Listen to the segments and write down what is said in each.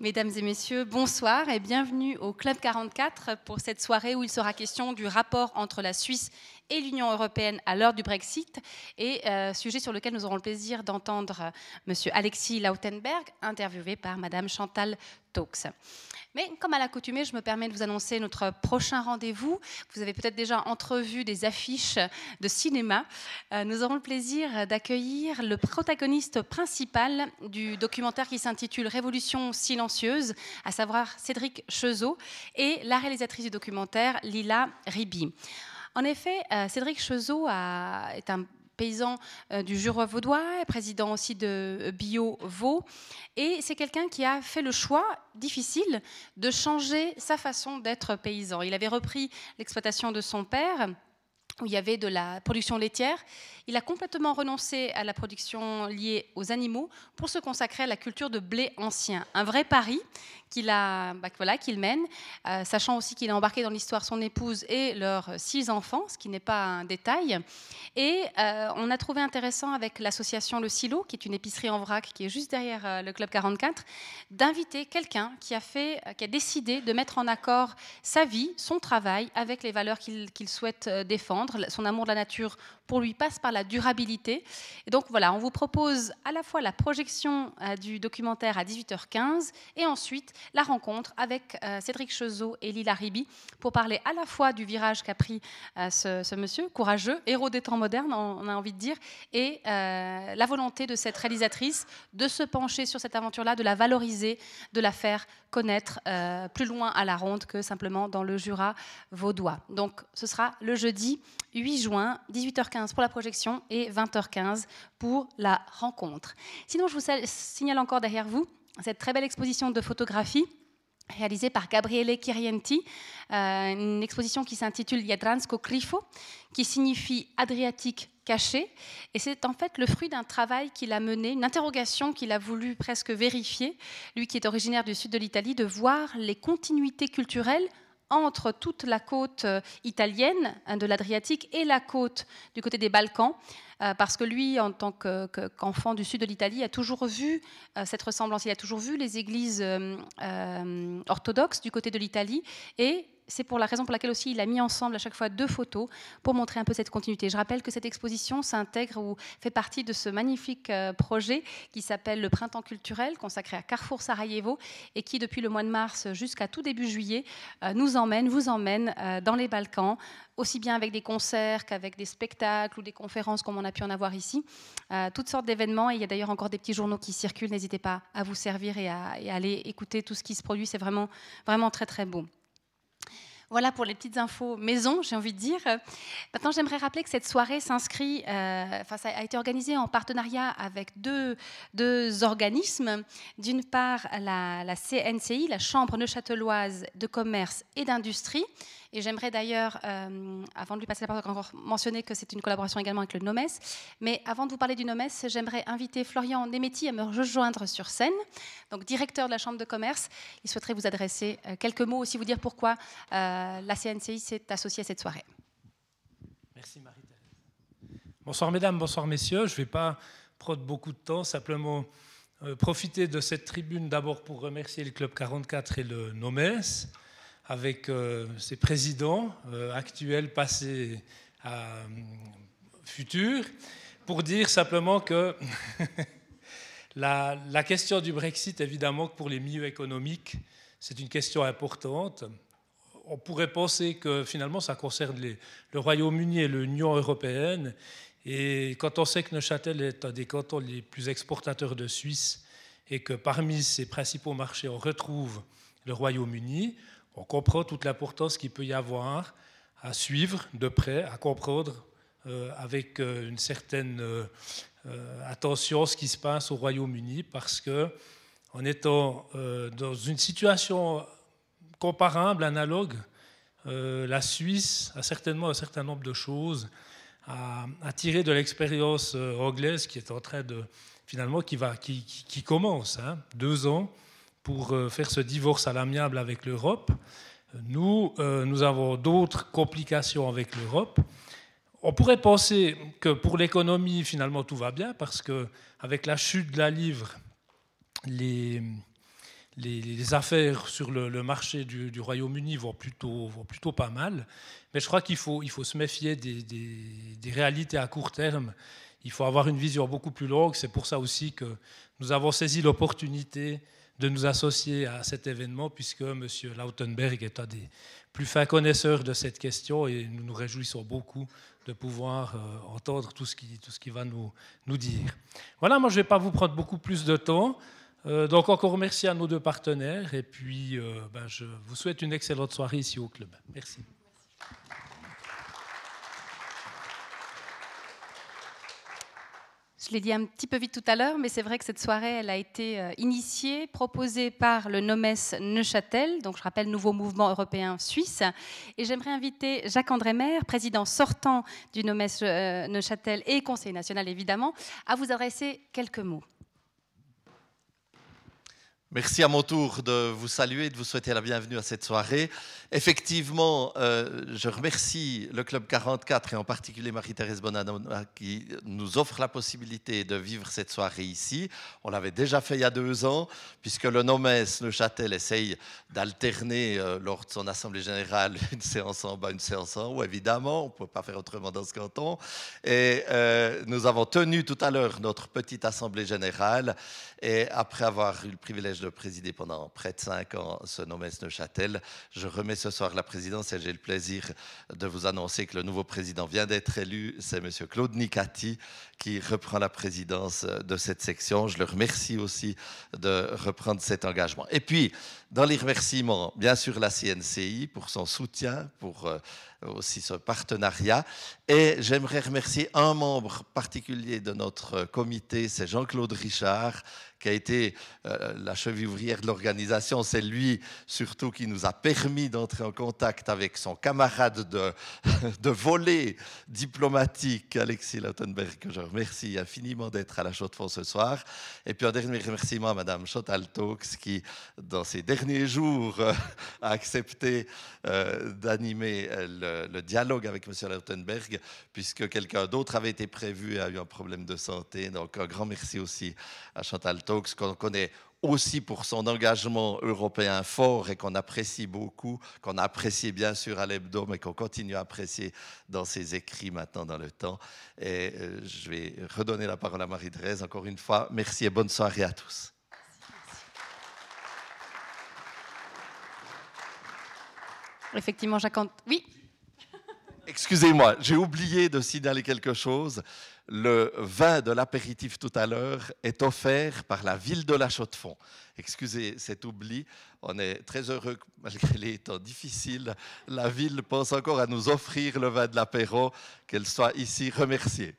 Mesdames et messieurs, bonsoir et bienvenue au Club 44 pour cette soirée où il sera question du rapport entre la Suisse et l'Union européenne à l'heure du Brexit, et sujet sur lequel nous aurons le plaisir d'entendre Monsieur Alexis Lautenberg, interviewé par Madame Chantal Taux. Mais comme à l'accoutumée, je me permets de vous annoncer notre prochain rendez-vous. Vous avez peut-être déjà entrevu des affiches de cinéma. Nous aurons le plaisir d'accueillir le protagoniste principal du documentaire qui s'intitule Révolution silencieuse, à savoir Cédric Chezot, et la réalisatrice du documentaire, Lila Ribi. En effet, Cédric Chezot est un paysan du Jura vaudois, président aussi de Bio Vaud, et c'est quelqu'un qui a fait le choix difficile de changer sa façon d'être paysan. Il avait repris l'exploitation de son père, où il y avait de la production laitière. Il a complètement renoncé à la production liée aux animaux pour se consacrer à la culture de blé ancien. Un vrai pari qu'il mène, sachant aussi qu'il a embarqué dans l'histoire son épouse et leurs 6 enfants, ce qui n'est pas un détail. Et on a trouvé intéressant avec l'association Le Silo, qui est une épicerie en vrac qui est juste derrière le Club 44, d'inviter quelqu'un qui a décidé de mettre en accord sa vie, son travail, avec les valeurs qu'il souhaite défendre. Son amour de la nature, pour lui, passe par la durabilité. Et donc voilà, on vous propose à la fois la projection du documentaire à 18h15 et ensuite la rencontre avec Cédric Chezot et Lila Ribi pour parler à la fois du virage qu'a pris ce monsieur, courageux, héros des temps modernes, on a envie de dire, et la volonté de cette réalisatrice de se pencher sur cette aventure-là, de la valoriser, de la faire connaître plus loin à la ronde que simplement dans le Jura vaudois. Donc ce sera le jeudi 8 juin, 18h15 pour la projection et 20h15 pour la rencontre. Sinon, je vous signale encore derrière vous cette très belle exposition de photographie réalisée par Gabriele Chirienti, une exposition qui s'intitule Jadransko Krifo, qui signifie Adriatique caché. Et c'est en fait le fruit d'un travail qu'il a mené, une interrogation qu'il a voulu presque vérifier, lui qui est originaire du sud de l'Italie, de voir les continuités culturelles entre toute la côte italienne de l'Adriatique et la côte du côté des Balkans, parce que lui, en tant qu'enfant du sud de l'Italie, a toujours vu cette ressemblance. Il a toujours vu les églises orthodoxes du côté de l'Italie, et c'est pour la raison pour laquelle aussi il a mis ensemble à chaque fois 2 photos pour montrer un peu cette continuité. Je rappelle que cette exposition s'intègre ou fait partie de ce magnifique projet qui s'appelle le Printemps culturel, consacré à Carrefour Sarajevo, et qui depuis le mois de mars jusqu'à tout début juillet vous emmène dans les Balkans, aussi bien avec des concerts qu'avec des spectacles ou des conférences comme on a pu en avoir ici, toutes sortes d'événements. Et il y a d'ailleurs encore des petits journaux qui circulent, n'hésitez pas à vous servir et à aller écouter tout ce qui se produit, c'est vraiment, vraiment très très beau. Voilà pour les petites infos maison, j'ai envie de dire. Maintenant, j'aimerais rappeler que cette soirée s'inscrit, ça a été organisé en partenariat avec deux organismes. D'une part, la CNCI, la Chambre neuchâteloise de commerce et d'industrie. Et j'aimerais d'ailleurs, avant de lui passer la parole, encore mentionner que c'est une collaboration également avec le NOMES. Mais avant de vous parler du NOMES, j'aimerais inviter Florian Nemetti à me rejoindre sur scène, donc directeur de la Chambre de commerce. Il souhaiterait vous adresser quelques mots, aussi vous dire pourquoi la CNCI s'est associée à cette soirée. Merci Marie-Thérèse. Bonsoir mesdames, bonsoir messieurs. Je ne vais pas prendre beaucoup de temps, simplement profiter de cette tribune d'abord pour remercier le Club 44 et le NOMES, avec ses présidents actuels, passés, futurs, pour dire simplement que la question du Brexit, évidemment, que pour les milieux économiques, c'est une question importante. On pourrait penser que finalement, ça concerne le Royaume-Uni et l'Union européenne. Et quand on sait que Neuchâtel est un des cantons les plus exportateurs de Suisse et que parmi ses principaux marchés, on retrouve le Royaume-Uni, on comprend toute l'importance qu'il peut y avoir à suivre de près, à comprendre avec une certaine attention ce qui se passe au Royaume-Uni, parce qu'en étant dans une situation comparable, analogue, la Suisse a certainement un certain nombre de choses à tirer de l'expérience anglaise qui est en train de, finalement, qui commence, 2 ans pour faire ce divorce à l'amiable avec l'Europe. Nous avons d'autres complications avec l'Europe. On pourrait penser que pour l'économie, finalement, tout va bien, parce qu'avec la chute de la livre, les affaires sur le marché du Royaume-Uni vont plutôt pas mal. Mais je crois qu'il faut se méfier des réalités à court terme. Il faut avoir une vision beaucoup plus longue. C'est pour ça aussi que nous avons saisi l'opportunité de nous associer à cet événement, puisque M. Lautenberg est un des plus fins connaisseurs de cette question et nous nous réjouissons beaucoup de pouvoir entendre tout ce qu'il va nous dire. Voilà, moi je ne vais pas vous prendre beaucoup plus de temps. Donc encore merci à nos deux partenaires et puis je vous souhaite une excellente soirée ici au club. Merci. Je l'ai dit un petit peu vite tout à l'heure, mais c'est vrai que cette soirée, elle a été initiée, proposée par le Nomes Neuchâtel, donc je rappelle Nouveau Mouvement Européen Suisse. Et j'aimerais inviter Jacques-André Maire, président sortant du Nomes Neuchâtel et conseiller national évidemment, à vous adresser quelques mots. Merci à mon tour de vous saluer et de vous souhaiter la bienvenue à cette soirée. Effectivement, je remercie le Club 44 et en particulier Marie-Thérèse Bonanona qui nous offre la possibilité de vivre cette soirée ici. On l'avait déjà fait il y a 2 ans, puisque le Nomes Neuchâtel essaye d'alterner lors de son assemblée générale une séance en bas, une séance en haut. Évidemment, on ne peut pas faire autrement dans ce canton. Et nous avons tenu tout à l'heure notre petite assemblée générale. Et après avoir eu le privilège de présider pendant près de 5 ans ce Nomes Neuchâtel, je remets ce soir la présidence et j'ai le plaisir de vous annoncer que le nouveau président vient d'être élu. C'est M. Claude Nicati qui reprend la présidence de cette section. Je le remercie aussi de reprendre cet engagement. Et puis, dans les remerciements, bien sûr la CNCI pour son soutien, pour aussi ce partenariat. Et j'aimerais remercier un membre particulier de notre comité, c'est Jean-Claude Richard, qui a été la cheville ouvrière de l'organisation. C'est lui surtout qui nous a permis d'entrer en contact avec son camarade de volée diplomatique, Alexis Lautenberg, que je remercie infiniment d'être à la Chaux-de-Fonds ce soir. Et puis un dernier remerciement à Mme Chantal Taux, qui, dans ces derniers jours, a accepté d'animer le dialogue avec M. Lautenberg, puisque quelqu'un d'autre avait été prévu et a eu un problème de santé. Donc un grand merci aussi à Chantal Taux, qu'on connaît aussi pour son engagement européen fort et qu'on apprécie beaucoup, qu'on a apprécié bien sûr à l'hebdo, mais qu'on continue à apprécier dans ses écrits maintenant dans le temps. Et je vais redonner la parole à Marie-Thérèse. Encore une fois, merci et bonne soirée à tous. Effectivement, Jacques-André. Oui. Excusez-moi, j'ai oublié de signaler quelque chose. Le vin de l'apéritif tout à l'heure est offert par la ville de la Chaux-de-Fonds. Excusez cet oubli, on est très heureux que malgré les temps difficiles, la ville pense encore à nous offrir le vin de l'apéro, qu'elle soit ici remerciée.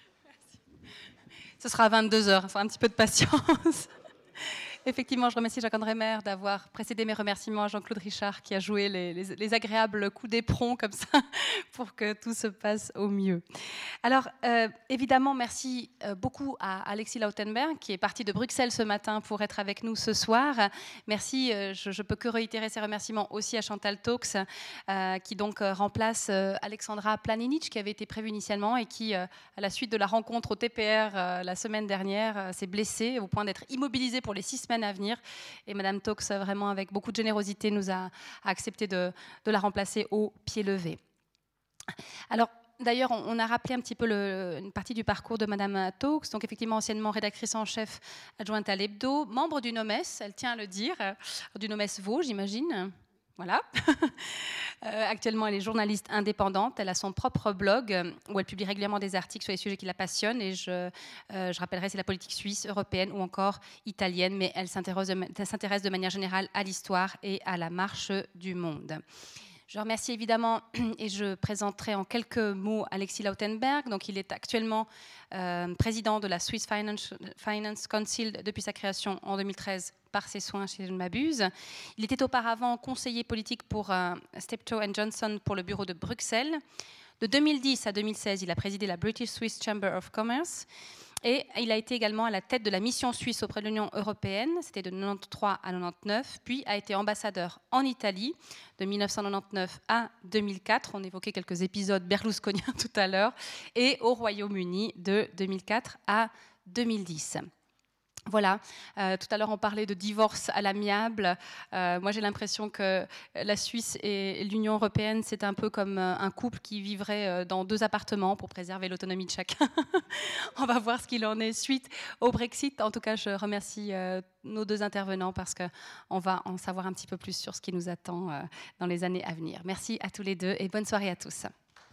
Ce sera à 22h, il faut un petit peu de patience. Effectivement, je remercie Jacques-André Maire d'avoir précédé mes remerciements à Jean-Claude Richard qui a joué les agréables coups d'éperon comme ça pour que tout se passe au mieux. Alors, évidemment, merci beaucoup à Alexis Lautenberg qui est parti de Bruxelles ce matin pour être avec nous ce soir. Merci, je ne peux que réitérer ces remerciements aussi à Chantal Taux qui donc remplace Alexandra Planinic qui avait été prévue initialement et qui, à la suite de la rencontre au TPR la semaine dernière, s'est blessée au point d'être immobilisée pour les 6 semaines à venir. Et Madame Taux, vraiment avec beaucoup de générosité, nous a accepté de la remplacer au pied levé. Alors, d'ailleurs, on a rappelé un petit peu une partie du parcours de Madame Taux, donc effectivement anciennement rédactrice en chef adjointe à l'hebdo, membre du Nomes, elle tient à le dire, du Nomes Vaud, j'imagine. Voilà. Actuellement, elle est journaliste indépendante. Elle a son propre blog où elle publie régulièrement des articles sur les sujets qui la passionnent. Et je rappellerai, c'est la politique suisse, européenne ou encore italienne. Mais elle s'intéresse de manière générale à l'histoire et à la marche du monde. Je remercie évidemment et je présenterai en quelques mots Alexis Lautenberg. Donc, il est actuellement président de la Swiss Finance Council depuis sa création en 2013 par ses soins, si je ne m'abuse. Il était auparavant conseiller politique pour Steptoe & Johnson pour le bureau de Bruxelles. De 2010 à 2016, il a présidé la British Swiss Chamber of Commerce. Et il a été également à la tête de la mission suisse auprès de l'Union européenne, c'était de 1993 à 1999, puis a été ambassadeur en Italie de 1999 à 2004, on évoquait quelques épisodes berlusconiens tout à l'heure, et au Royaume-Uni de 2004 à 2010. Voilà, tout à l'heure on parlait de divorce à l'amiable. Moi j'ai l'impression que la Suisse et l'Union européenne c'est un peu comme un couple qui vivrait dans 2 appartements pour préserver l'autonomie de chacun. On va voir ce qu'il en est suite au Brexit. En tout cas je remercie nos 2 intervenants parce qu'on va en savoir un petit peu plus sur ce qui nous attend dans les années à venir. Merci à tous les 2 et bonne soirée à tous.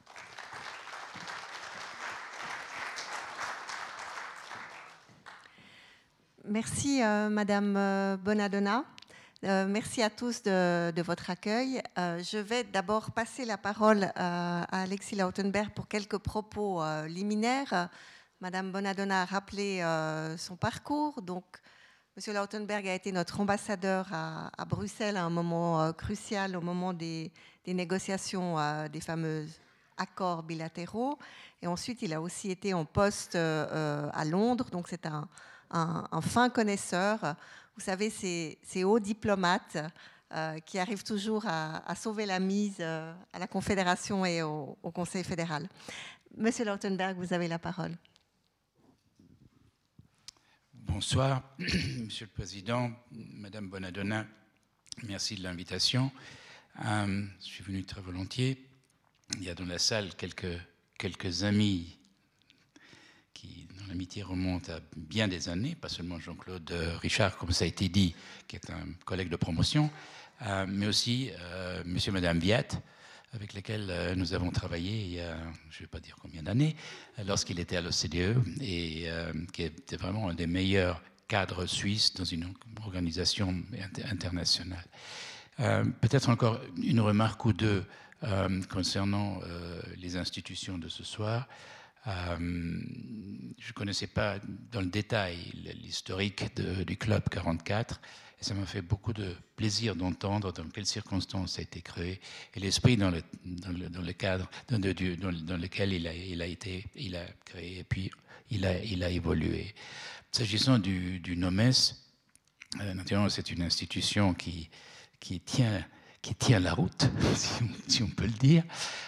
Merci Madame Bonadonna. Merci à tous de votre accueil. Je vais d'abord passer la parole à Alexis Lautenberg pour quelques propos liminaires. Madame Bonadonna a rappelé son parcours. Donc, Monsieur Lautenberg a été notre ambassadeur à Bruxelles à un moment crucial, au moment des négociations des fameux accords bilatéraux. Et ensuite, il a aussi été en poste à Londres. Donc, c'est un fin connaisseur. Vous savez, ces hauts diplomates qui arrivent toujours à sauver la mise à la Confédération et au Conseil fédéral. Monsieur Lautenberg, vous avez la parole. Bonsoir, Monsieur le Président, Madame Bonadonna, merci de l'invitation. Je suis venu très volontiers. Il y a dans la salle quelques amis dont l'amitié remonte à bien des années, pas seulement Jean-Claude Richard, comme ça a été dit, qui est un collègue de promotion, mais aussi Monsieur et Madame Viat, avec lesquels nous avons travaillé il y a, je ne vais pas dire combien d'années, lorsqu'il était à l'OCDE, et qui était vraiment un des meilleurs cadres suisses dans une organisation internationale. Peut-être encore une remarque ou deux concernant les institutions de ce soir. Je ne connaissais pas dans le détail l'historique du Club 44 et ça m'a fait beaucoup de plaisir d'entendre dans quelles circonstances ça a été créé et l'esprit dans le cadre dans lequel il a créé et puis il a évolué. S'agissant du NOMES, naturellement c'est une institution qui tient la route, si on peut le dire.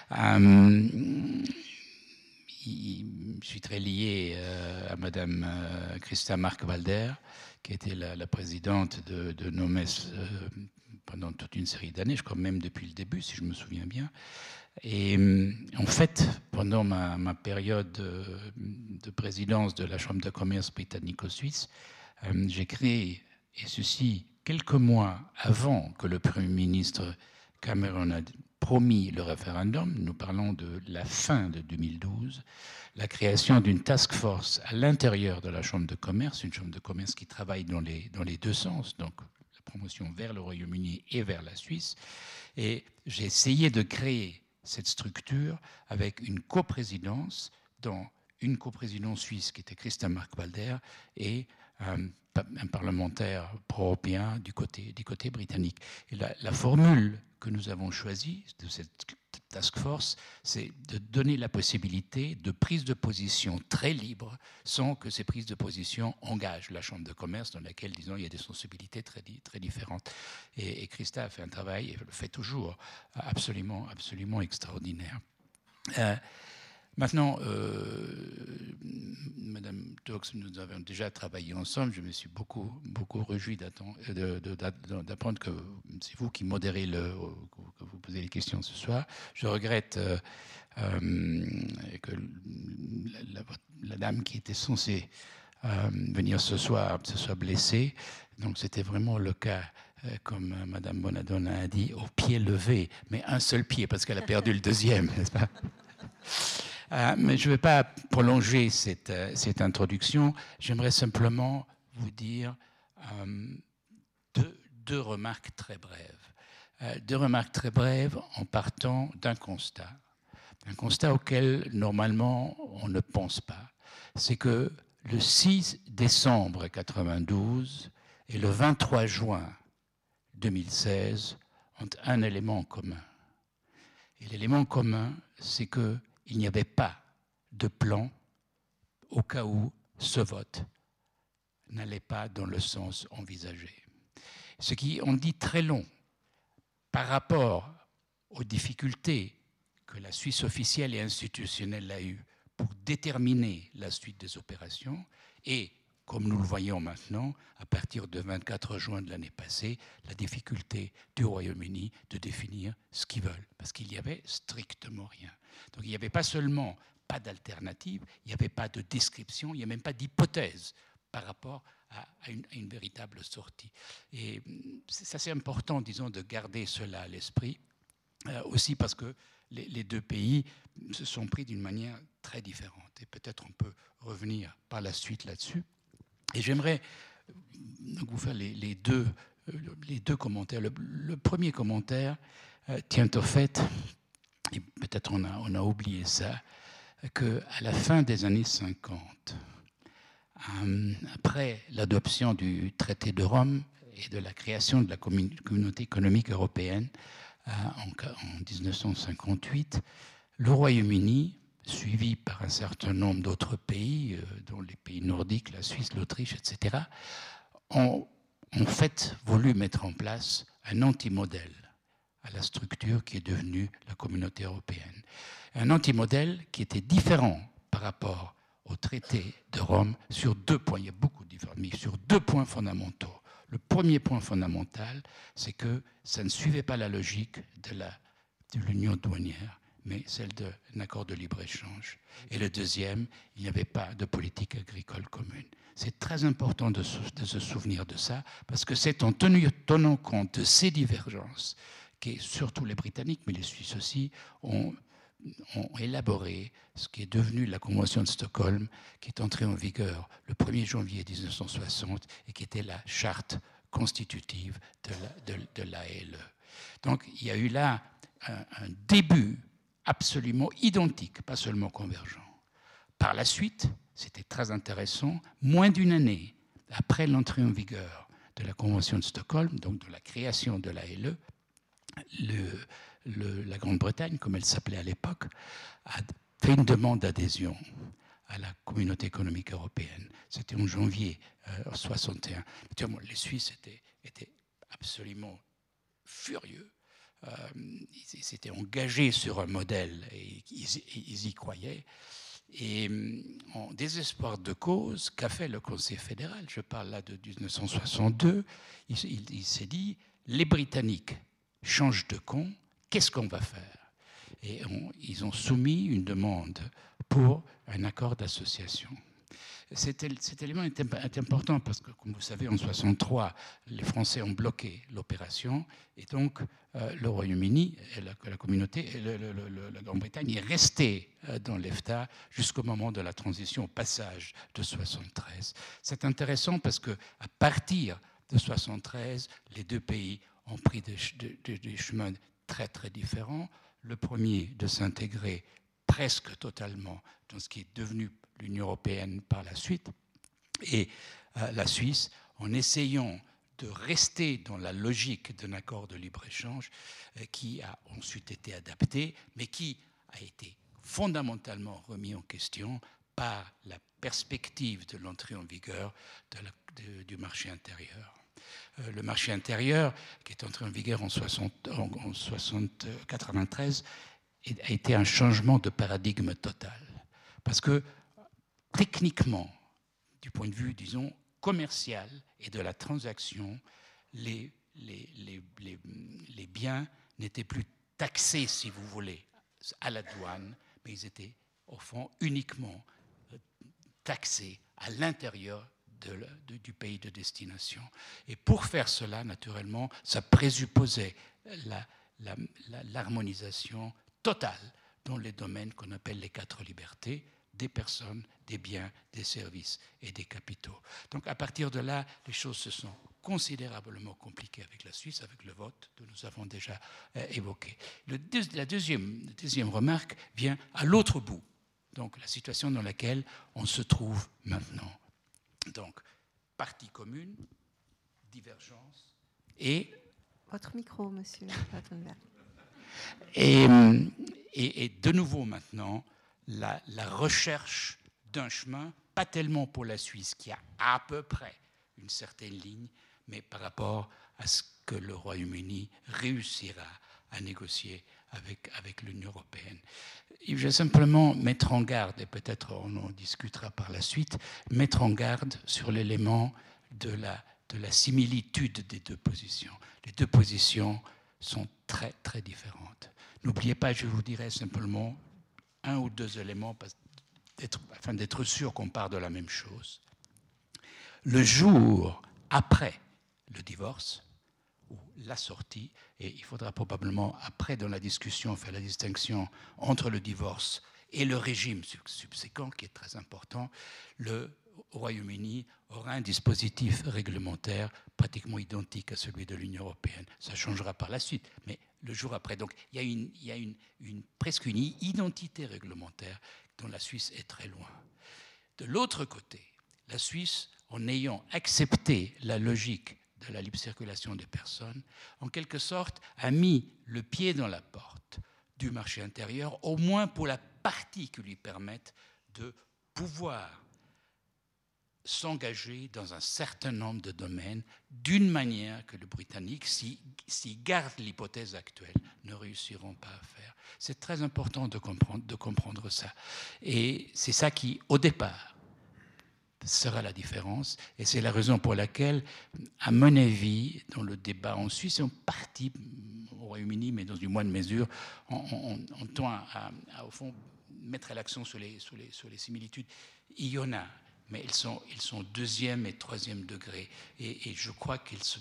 Je suis très lié à Madame Christa Mark-Walder, qui était la présidente de NOMES pendant toute une série d'années, je crois même depuis le début, si je me souviens bien. Et en fait, pendant ma période de présidence de la Chambre de commerce britannico-suisse, j'ai créé, et ceci quelques mois avant que le Premier ministre Cameron a promis le référendum, nous parlons de la fin de 2012, la création d'une task force à l'intérieur de la Chambre de commerce, une Chambre de commerce qui travaille dans les deux sens, donc la promotion vers le Royaume-Uni et vers la Suisse. Et j'ai essayé de créer cette structure avec une coprésidence, dans une coprésidence suisse qui était Christa Mark-Walder et un parlementaire pro-européen du côté britannique. Et la formule que nous avons choisie de cette task force, c'est de donner la possibilité de prise de position très libre sans que ces prises de position engagent la Chambre de commerce dans laquelle, disons, il y a des sensibilités très différentes. Et Christa a fait un travail, et le fait toujours, absolument extraordinaire. Maintenant, Madame Tox, nous avons déjà travaillé ensemble. Je me suis beaucoup réjoui d'apprendre que c'est vous qui modérez que vous posez les questions ce soir. Je regrette que la dame qui était censée venir ce soir se soit blessée. Donc c'était vraiment le cas, comme Madame Bonadonna a dit, au pied levé, mais un seul pied parce qu'elle a perdu le deuxième, n'est-ce pas? Mais je ne vais pas prolonger cette introduction. J'aimerais simplement vous dire deux remarques très brèves. Deux remarques très brèves en partant d'un constat. Un constat auquel, normalement, on ne pense pas. C'est que le 6 décembre 1992 et le 23 juin 2016 ont un élément commun. Et l'élément commun, c'est que il n'y avait pas de plan au cas où ce vote n'allait pas dans le sens envisagé. Ce qui en dit très long par rapport aux difficultés que la Suisse officielle et institutionnelle a eues pour déterminer la suite des opérations et comme nous le voyons maintenant, à partir du 24 juin de l'année passée, la difficulté du Royaume-Uni de définir ce qu'ils veulent, parce qu'il n'y avait strictement rien. Donc il n'y avait pas seulement pas d'alternative, il n'y avait pas de description, il n'y a même pas d'hypothèse par rapport à une véritable sortie. Et c'est assez important, disons, de garder cela à l'esprit, aussi parce que les deux pays se sont pris d'une manière très différente. Et peut-être on peut revenir par la suite là-dessus. Et j'aimerais vous faire les deux commentaires. Le premier commentaire tient au fait, et peut-être on a oublié ça, qu'à la fin des années 50, après l'adoption du traité de Rome et de la création de la communauté économique européenne en 1958, le Royaume-Uni, suivi par un certain nombre d'autres pays, dont les pays nordiques, la Suisse, l'Autriche, etc., ont en fait voulu mettre en place un anti-modèle à la structure qui est devenue la communauté européenne. Un anti-modèle qui était différent par rapport au traité de Rome sur deux points. Il y a beaucoup de différences, mais sur deux points fondamentaux. Le premier point fondamental, c'est que ça ne suivait pas la logique de l'union douanière, mais celle d'un accord de libre-échange. Et le deuxième, il n'y avait pas de politique agricole commune. C'est très important de se souvenir de ça, parce que c'est en tenant compte de ces divergences que surtout les Britanniques, mais les Suisses aussi, ont élaboré ce qui est devenu la Convention de Stockholm, qui est entrée en vigueur le 1er janvier 1960 et qui était la charte constitutive de l'ALE. Donc il y a eu là un début absolument identique, pas seulement convergent. Par la suite, c'était très intéressant, moins d'une année après l'entrée en vigueur de la Convention de Stockholm, donc de la création de l'ALE, la Grande-Bretagne, comme elle s'appelait à l'époque, a fait une demande d'adhésion à la communauté économique européenne. C'était en janvier 1961. Les Suisses étaient absolument furieux. Ils s'étaient engagés sur un modèle et ils y croyaient. Et en désespoir de cause, qu'a fait le Conseil fédéral? Je parle là de 1962. Il s'est dit, les Britanniques changent de camp, qu'est-ce qu'on va faire? Et ils ont soumis une demande pour un accord d'association. Cet élément est important parce que, comme vous savez, en 1963, les Français ont bloqué l'opération et donc le Royaume-Uni, la communauté, la Grande-Bretagne est restée dans l'EFTA jusqu'au moment de la transition, au passage de 1973. C'est intéressant parce qu'à partir de 1973, les deux pays ont pris des chemins très très différents. Le premier de s'intégrer presque totalement dans ce qui est devenu l'Union européenne par la suite, et la Suisse, en essayant de rester dans la logique d'un accord de libre-échange qui a ensuite été adapté, mais qui a été fondamentalement remis en question par la perspective de l'entrée en vigueur du marché intérieur. Le marché intérieur, qui est entré en vigueur en 1993, a été un changement de paradigme total. Parce que, techniquement, du point de vue, disons, commercial et de la transaction, les biens n'étaient plus taxés, si vous voulez, à la douane, mais ils étaient, au fond, uniquement taxés à l'intérieur du pays de destination. Et pour faire cela, naturellement, ça présupposait l'harmonisation totale dans les domaines qu'on appelle les 4 libertés, des personnes, des biens, des services et des capitaux. Donc à partir de là, les choses se sont considérablement compliquées avec la Suisse, avec le vote que nous avons déjà évoqué. La deuxième remarque vient à l'autre bout, donc la situation dans laquelle on se trouve maintenant. Donc, partie commune, divergence et... Votre micro, monsieur Lautenberg. Et de nouveau maintenant, la recherche d'un chemin, pas tellement pour la Suisse qui a à peu près une certaine ligne, mais par rapport à ce que le Royaume-Uni réussira à négocier avec l'Union européenne. Je vais simplement mettre en garde, et peut-être on en discutera par la suite, mettre en garde sur l'élément de la similitude des deux positions. Les deux positions sont très, très différentes. N'oubliez pas, je vous dirai simplement un ou deux éléments afin d'être sûr qu'on part de la même chose. Le jour après le divorce, ou la sortie, et il faudra probablement après dans la discussion faire la distinction entre le divorce et le régime subséquent, qui est très important, le Royaume-Uni aura un dispositif réglementaire pratiquement identique à celui de l'Union européenne. Ça changera par la suite, mais le jour après. Donc il y a presque une identité réglementaire dont la Suisse est très loin. De l'autre côté, la Suisse, en ayant accepté la logique de la libre circulation des personnes, en quelque sorte, a mis le pied dans la porte du marché intérieur, au moins pour la partie qui lui permette de pouvoir s'engager dans un certain nombre de domaines d'une manière que les Britanniques, s'ils gardent l'hypothèse actuelle, ne réussiront pas à faire. C'est très important de comprendre ça. Et c'est ça qui, au départ, sera la différence. Et c'est la raison pour laquelle, à mon avis, dans le débat en Suisse, et en partie au Royaume-Uni, mais dans une moindre mesure, on tend à, au fond, mettre l'accent sur les similitudes. Il y en a, mais ils sont deuxième et troisième degré. Et je crois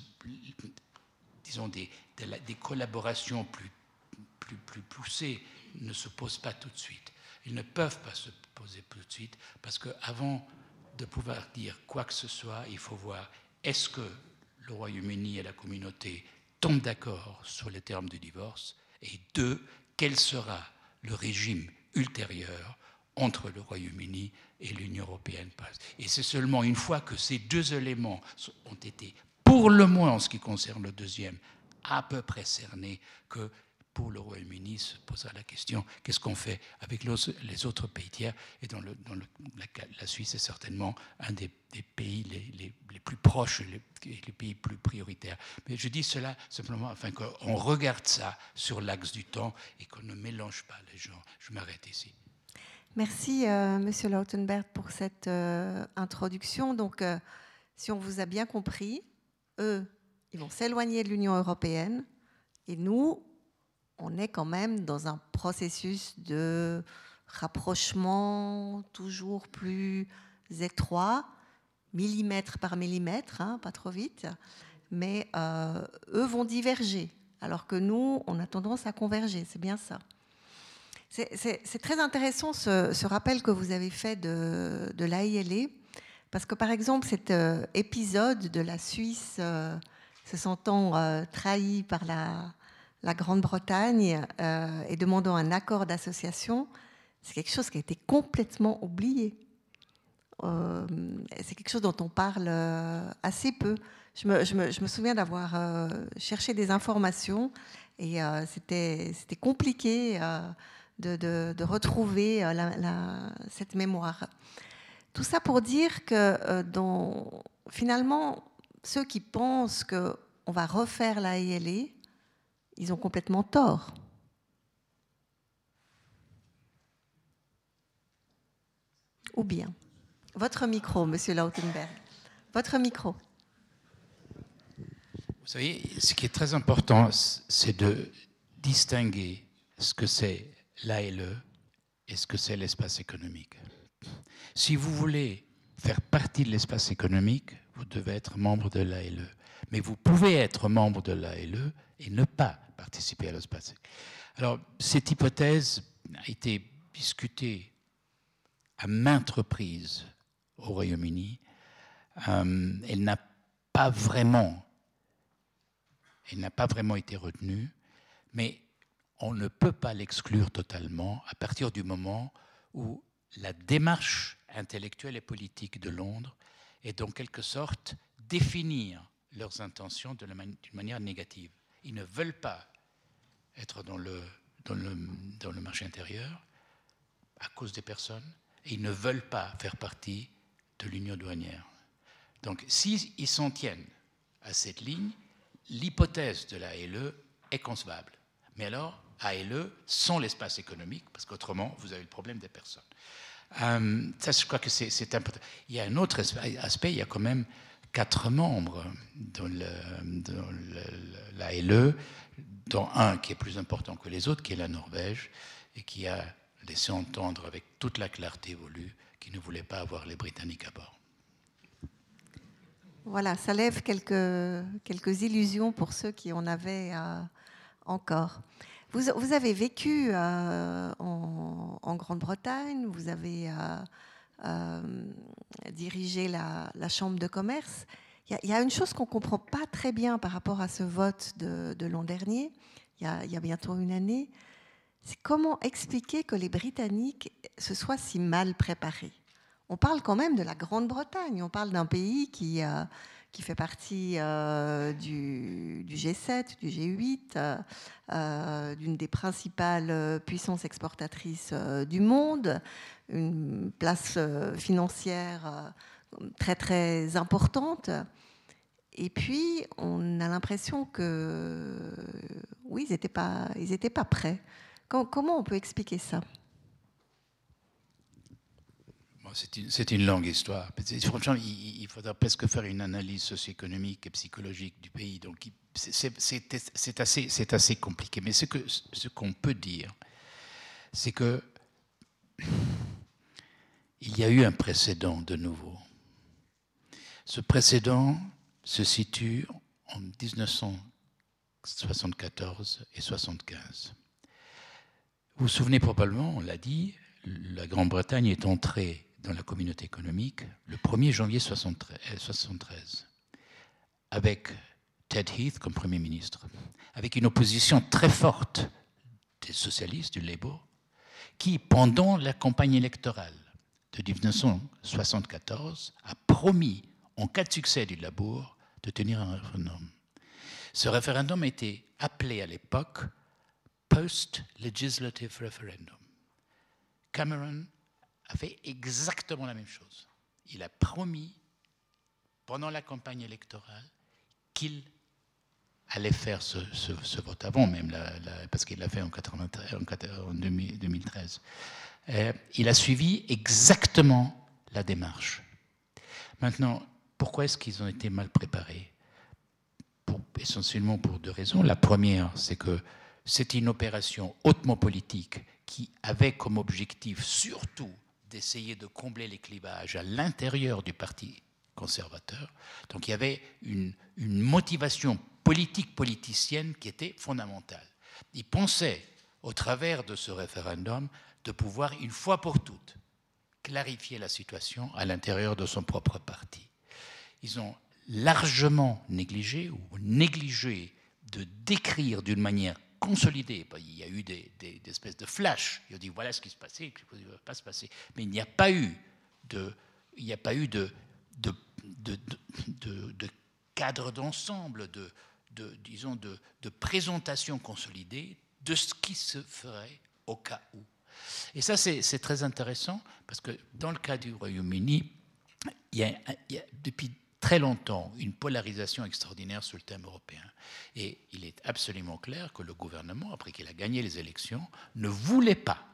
disons, des collaborations plus poussées ne se posent pas tout de suite. Ils ne peuvent pas se poser tout de suite, parce qu'avant de pouvoir dire quoi que ce soit, il faut voir, est-ce que le Royaume-Uni et la communauté tombent d'accord sur les termes du divorce, et deux, quel sera le régime ultérieur entre le Royaume-Uni et l'Union européenne. Et c'est seulement une fois que ces deux éléments ont été, pour le moins en ce qui concerne le deuxième, à peu près cernés, que pour le Royaume-Uni se posera la question, qu'est-ce qu'on fait avec les autres pays tiers? Et la Suisse est certainement un des pays les plus proches, les pays plus prioritaires. Mais je dis cela simplement afin qu'on regarde ça sur l'axe du temps et qu'on ne mélange pas les gens. Je m'arrête ici. Merci, Monsieur Lautenberg, pour cette introduction. Donc, si on vous a bien compris, eux, ils vont s'éloigner de l'Union européenne, et nous, on est quand même dans un processus de rapprochement toujours plus étroit, millimètre par millimètre, hein, pas trop vite, mais eux vont diverger, alors que nous, on a tendance à converger, c'est bien ça. C'est très intéressant ce rappel que vous avez fait de l'AILE, parce que par exemple cet épisode de la Suisse se sentant trahi par la Grande-Bretagne et demandant un accord d'association, c'est quelque chose qui a été complètement oublié. C'est quelque chose dont on parle assez peu. Je me souviens d'avoir cherché des informations et c'était compliqué de retrouver cette mémoire. Tout ça pour dire que finalement, ceux qui pensent qu'on va refaire la AILE, ils ont complètement tort. Ou bien. Votre micro, Monsieur Lautenberg. Votre micro. Vous savez, ce qui est très important, c'est de distinguer ce que c'est l'AILE et ce que c'est l'espace économique. Si vous voulez faire partie de l'espace économique, vous devez être membre de l'AILE. Mais vous pouvez être membre de l'AILE et ne pas participer à l'espace. Alors, cette hypothèse a été discutée à maintes reprises au Royaume-Uni. Elle n'a pas vraiment été retenue, mais on ne peut pas l'exclure totalement à partir du moment où la démarche intellectuelle et politique de Londres est en quelque sorte définir leurs intentions d'une manière négative. Ils ne veulent pas être dans le marché intérieur à cause des personnes, et ils ne veulent pas faire partie de l'union douanière. Donc, s'ils s'en tiennent à cette ligne, l'hypothèse de la LE est concevable. Mais alors, ALE sans l'espace économique, parce qu'autrement, vous avez le problème des personnes. Ça, je crois que c'est important. Il y a un autre aspect, il y a quand même 4 membres dans la LE, dont un qui est plus important que les autres, qui est la Norvège, et qui a laissé entendre avec toute la clarté voulue qu'il ne voulait pas avoir les Britanniques à bord. Voilà, ça lève quelques illusions pour ceux qui en avaient encore. Vous avez vécu en Grande-Bretagne, vous avez dirigé la Chambre de commerce. Il y a une chose qu'on ne comprend pas très bien par rapport à ce vote de l'an dernier, il y a bientôt une année, c'est comment expliquer que les Britanniques se soient si mal préparés. On parle quand même de la Grande-Bretagne, on parle d'un pays qui fait partie du G7, du G8, d'une des principales puissances exportatrices du monde, une place financière très très importante. Et puis, on a l'impression que, oui, ils n'étaient pas prêts. Comment on peut expliquer ça ? C'est une longue histoire. Franchement, il faudra presque faire une analyse socio-économique et psychologique du pays. Donc, c'est assez compliqué. Mais ce qu'on peut dire, c'est que il y a eu un précédent de nouveau. Ce précédent se situe en 1974 et 1975. Vous vous souvenez probablement, on l'a dit, la Grande-Bretagne est entrée dans la communauté économique le 1er janvier 1973, avec Ted Heath comme Premier ministre, avec une opposition très forte des socialistes, du Labour, qui, pendant la campagne électorale de 1974, a promis, en cas de succès du Labour, de tenir un référendum. Ce référendum a été appelé à l'époque Post-Legislative Referendum. Cameron a fait exactement la même chose. Il a promis, pendant la campagne électorale, qu'il allait faire ce vote avant même, parce qu'il l'a fait en 2013. Il a suivi exactement la démarche. Maintenant, pourquoi est-ce qu'ils ont été mal préparés ? Essentiellement pour 2 raisons. La première, c'est que c'est une opération hautement politique qui avait comme objectif surtout d'essayer de combler les clivages à l'intérieur du Parti conservateur. Donc il y avait une motivation politique politicienne qui était fondamentale. Ils pensaient, au travers de ce référendum, de pouvoir, une fois pour toutes, clarifier la situation à l'intérieur de son propre parti. Ils ont largement négligé de décrire d'une manière consolidée. Il y a eu des espèces de flash. Ils ont dit voilà ce qui se passait, et ce qui ne va pas se passer. Mais il n'y a pas eu de cadre d'ensemble, de présentation consolidée de ce qui se ferait au cas où. Et ça, c'est très intéressant parce que dans le cas du Royaume-Uni, il y a depuis très longtemps une polarisation extraordinaire sur le thème européen. Et il est absolument clair que le gouvernement, après qu'il a gagné les élections, ne voulait pas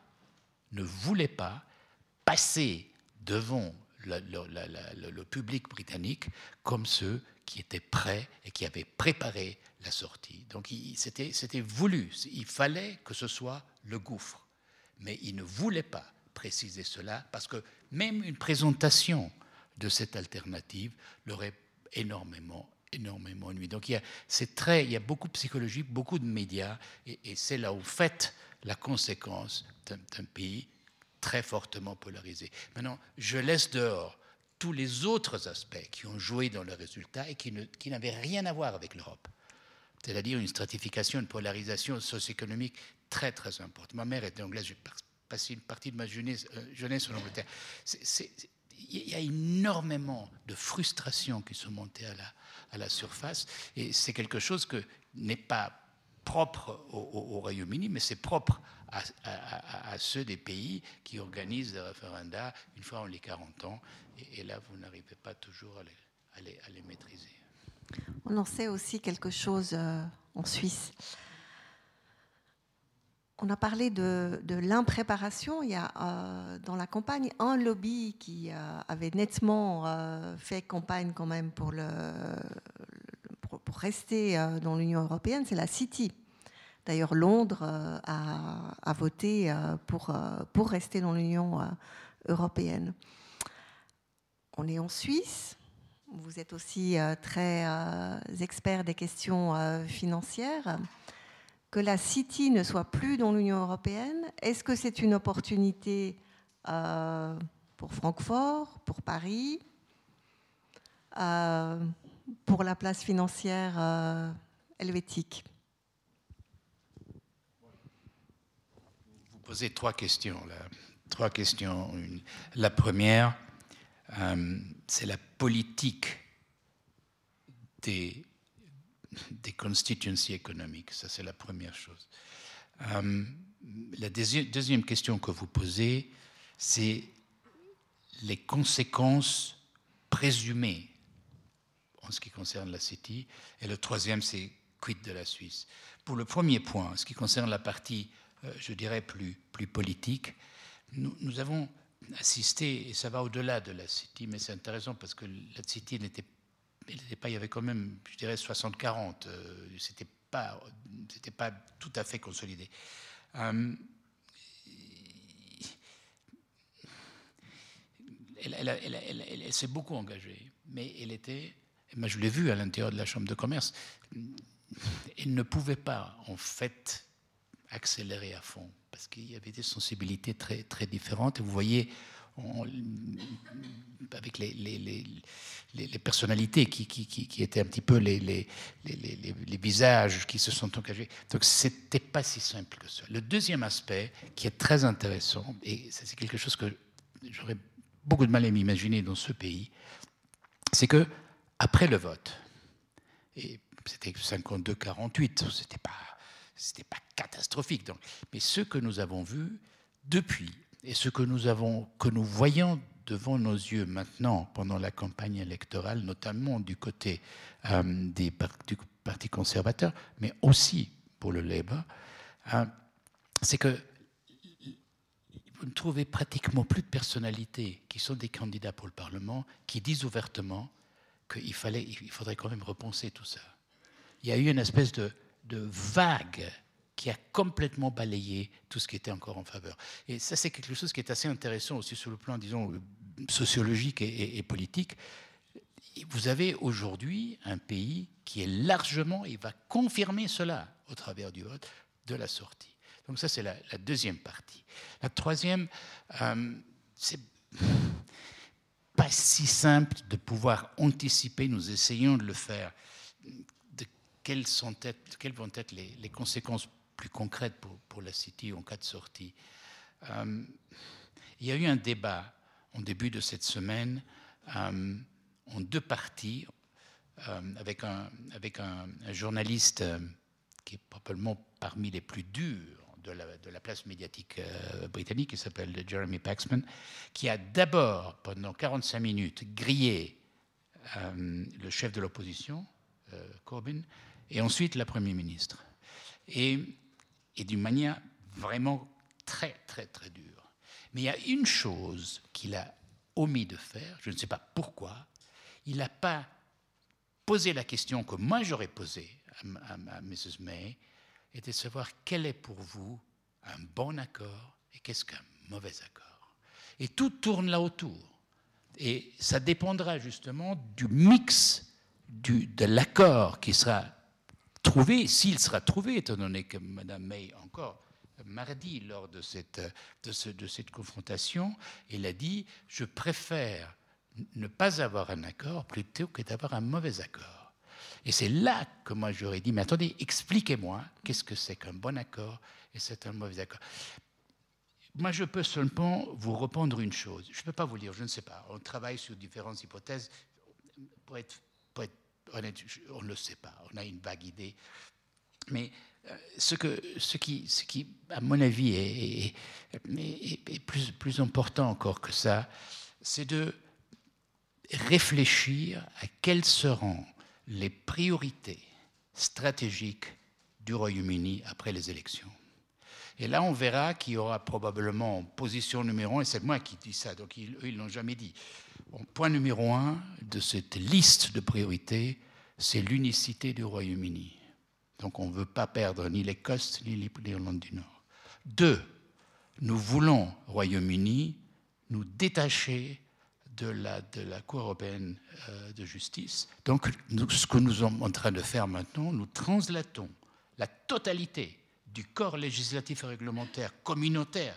passer devant le public britannique comme ceux qui étaient prêts et qui avaient préparé la sortie. Donc c'était voulu, il fallait que ce soit le gouffre. Mais il ne voulait pas préciser cela parce que même une présentation de cette alternative l'aurait énormément nuit. Donc il y a beaucoup de psychologie, beaucoup de médias, et c'est là où fait la conséquence d'un pays très fortement polarisé. Maintenant, je laisse dehors tous les autres aspects qui ont joué dans le résultat et qui n'avaient rien à voir avec l'Europe. C'est-à-dire une stratification, une polarisation socio-économique très très importante. Ma mère était anglaise, j'ai passé une partie de ma jeunesse en Angleterre. Il y a énormément de frustrations qui sont montées à la surface, et c'est quelque chose que n'est pas propre au Royaume-Uni, mais c'est propre à ceux des pays qui organisent des référendums une fois en les 40 ans, et là vous n'arrivez pas toujours à les maîtriser. On en sait aussi quelque chose en Suisse. On a parlé de l'impréparation. Il y a dans la campagne un lobby qui avait nettement fait campagne quand même pour rester dans l'Union européenne, c'est la City. D'ailleurs, Londres a voté pour rester dans l'Union européenne. On est en Suisse. Vous êtes aussi très expert des questions financières. Que la City ne soit plus dans l'Union européenne, est-ce que c'est une opportunité pour Francfort, pour Paris, pour la place financière helvétique? Vous posez trois questions, là. Trois questions. La première, c'est la politique des constituencies économiques. Ça, c'est la première chose. La deuxième question que vous posez, c'est les conséquences présumées en ce qui concerne la City. Et le troisième, c'est quid de la Suisse. Pour le premier point, ce qui concerne la partie, je dirais, plus politique, nous avons assisté, et ça va au-delà de la City, mais c'est intéressant parce que la City n'était pas, il y avait quand même, je dirais, 60-40. C'était pas tout à fait consolidé. Elle s'est beaucoup engagée, mais moi je l'ai vu à l'intérieur de la Chambre de commerce, elle ne pouvait pas, en fait, accélérer à fond, parce qu'il y avait des sensibilités très, très différentes. Et vous voyez, avec les personnalités qui étaient un petit peu les visages qui se sont engagés. Donc, ce n'était pas si simple que ça. Le deuxième aspect, qui est très intéressant, et c'est quelque chose que j'aurais beaucoup de mal à m'imaginer dans ce pays, c'est que après le vote, et c'était 52-48, c'était pas catastrophique. Donc, mais ce que nous avons vu depuis, et ce que nous voyons devant nos yeux maintenant, pendant la campagne électorale, notamment du côté du Parti conservateur, mais aussi pour le Labour, c'est que vous ne trouvez pratiquement plus de personnalités qui sont des candidats pour le Parlement qui disent ouvertement qu'il faudrait quand même repenser tout ça. Il y a eu une espèce de vague qui a complètement balayé tout ce qui était encore en faveur. Et ça, c'est quelque chose qui est assez intéressant aussi sur le plan, disons, sociologique et politique. Vous avez aujourd'hui un pays qui est largement, et va confirmer cela au travers du vote, de la sortie. Donc ça, c'est la deuxième partie. La troisième, c'est pas si simple de pouvoir anticiper, nous essayons de le faire, quelles vont être les conséquences plus concrètes pour la City en cas de sortie. Il y a eu un débat en début de cette semaine en deux parties avec un journaliste qui est probablement parmi les plus durs de la place médiatique britannique, qui s'appelle Jeremy Paxman, qui a d'abord, pendant 45 minutes, grillé le chef de l'opposition, Corbyn, et ensuite la Première ministre. Et d'une manière vraiment très, très, très dure. Mais il y a une chose qu'il a omis de faire, je ne sais pas pourquoi, il n'a pas posé la question que moi j'aurais posée à Mrs. May, et de savoir quel est pour vous un bon accord et qu'est-ce qu'un mauvais accord. Et tout tourne là autour. Et ça dépendra justement du mix de l'accord qui sera trouvé, s'il sera trouvé, étant donné que Mme May, encore mardi, lors de cette confrontation, elle a dit « Je préfère ne pas avoir un accord plutôt que d'avoir un mauvais accord ». Et c'est là que moi j'aurais dit « Mais attendez, expliquez-moi qu'est-ce que c'est qu'un bon accord et c'est un mauvais accord ». Moi, je peux seulement vous répondre une chose. Je ne peux pas vous dire, je ne sais pas. On travaille sur différentes hypothèses. Pour être honnête, on ne le sait pas. On a une vague idée. Mais ce qui, à mon avis, est plus important encore que ça, c'est de réfléchir à quelles seront les priorités stratégiques du Royaume-Uni après les élections. Et là, on verra qu'il y aura probablement position numéro 1, et c'est moi qui dis ça, donc eux, ils ne l'ont jamais dit. Bon, point numéro 1 de cette liste de priorités, c'est l'unicité du Royaume-Uni. Donc on ne veut pas perdre ni l'Écosse ni l'Irlande du Nord. 2, nous voulons, Royaume-Uni, nous détacher de la Cour européenne de justice. Donc ce que nous sommes en train de faire maintenant, nous translatons la totalité du corps législatif et réglementaire communautaire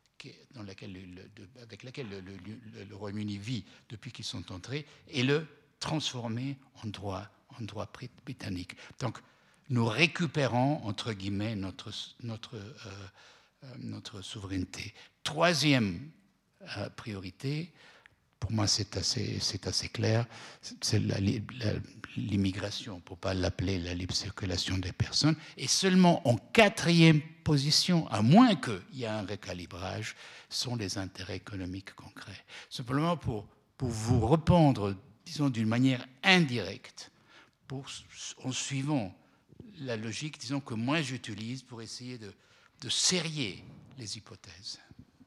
avec laquelle le Royaume-Uni vit depuis qu'ils sont entrés, et le transformer en droit britannique. Donc, nous récupérons, entre guillemets, notre souveraineté. Troisième priorité, pour moi c'est assez clair, c'est l'immigration, pour ne pas l'appeler la libre circulation des personnes. Et seulement en quatrième position, à moins qu'il y ait un recalibrage, sont les intérêts économiques concrets. Simplement pour vous répondre, disons, d'une manière indirecte, en suivant la logique, disons, que moi j'utilise pour essayer de serrer les hypothèses.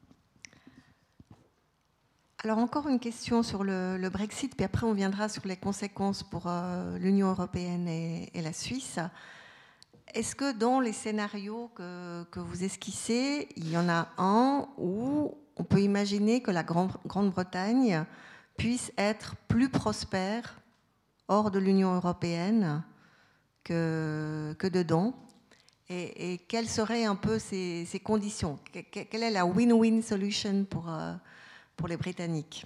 Alors encore une question sur le Brexit, puis après on viendra sur les conséquences pour l'Union européenne et la Suisse. Est-ce que dans les scénarios que vous esquissez, il y en a un où on peut imaginer que la Grande-Bretagne puisse être plus prospère hors de l'Union européenne que dedans? Et quelles seraient un peu ces conditions? Quelle est la win-win solution pour les Britanniques?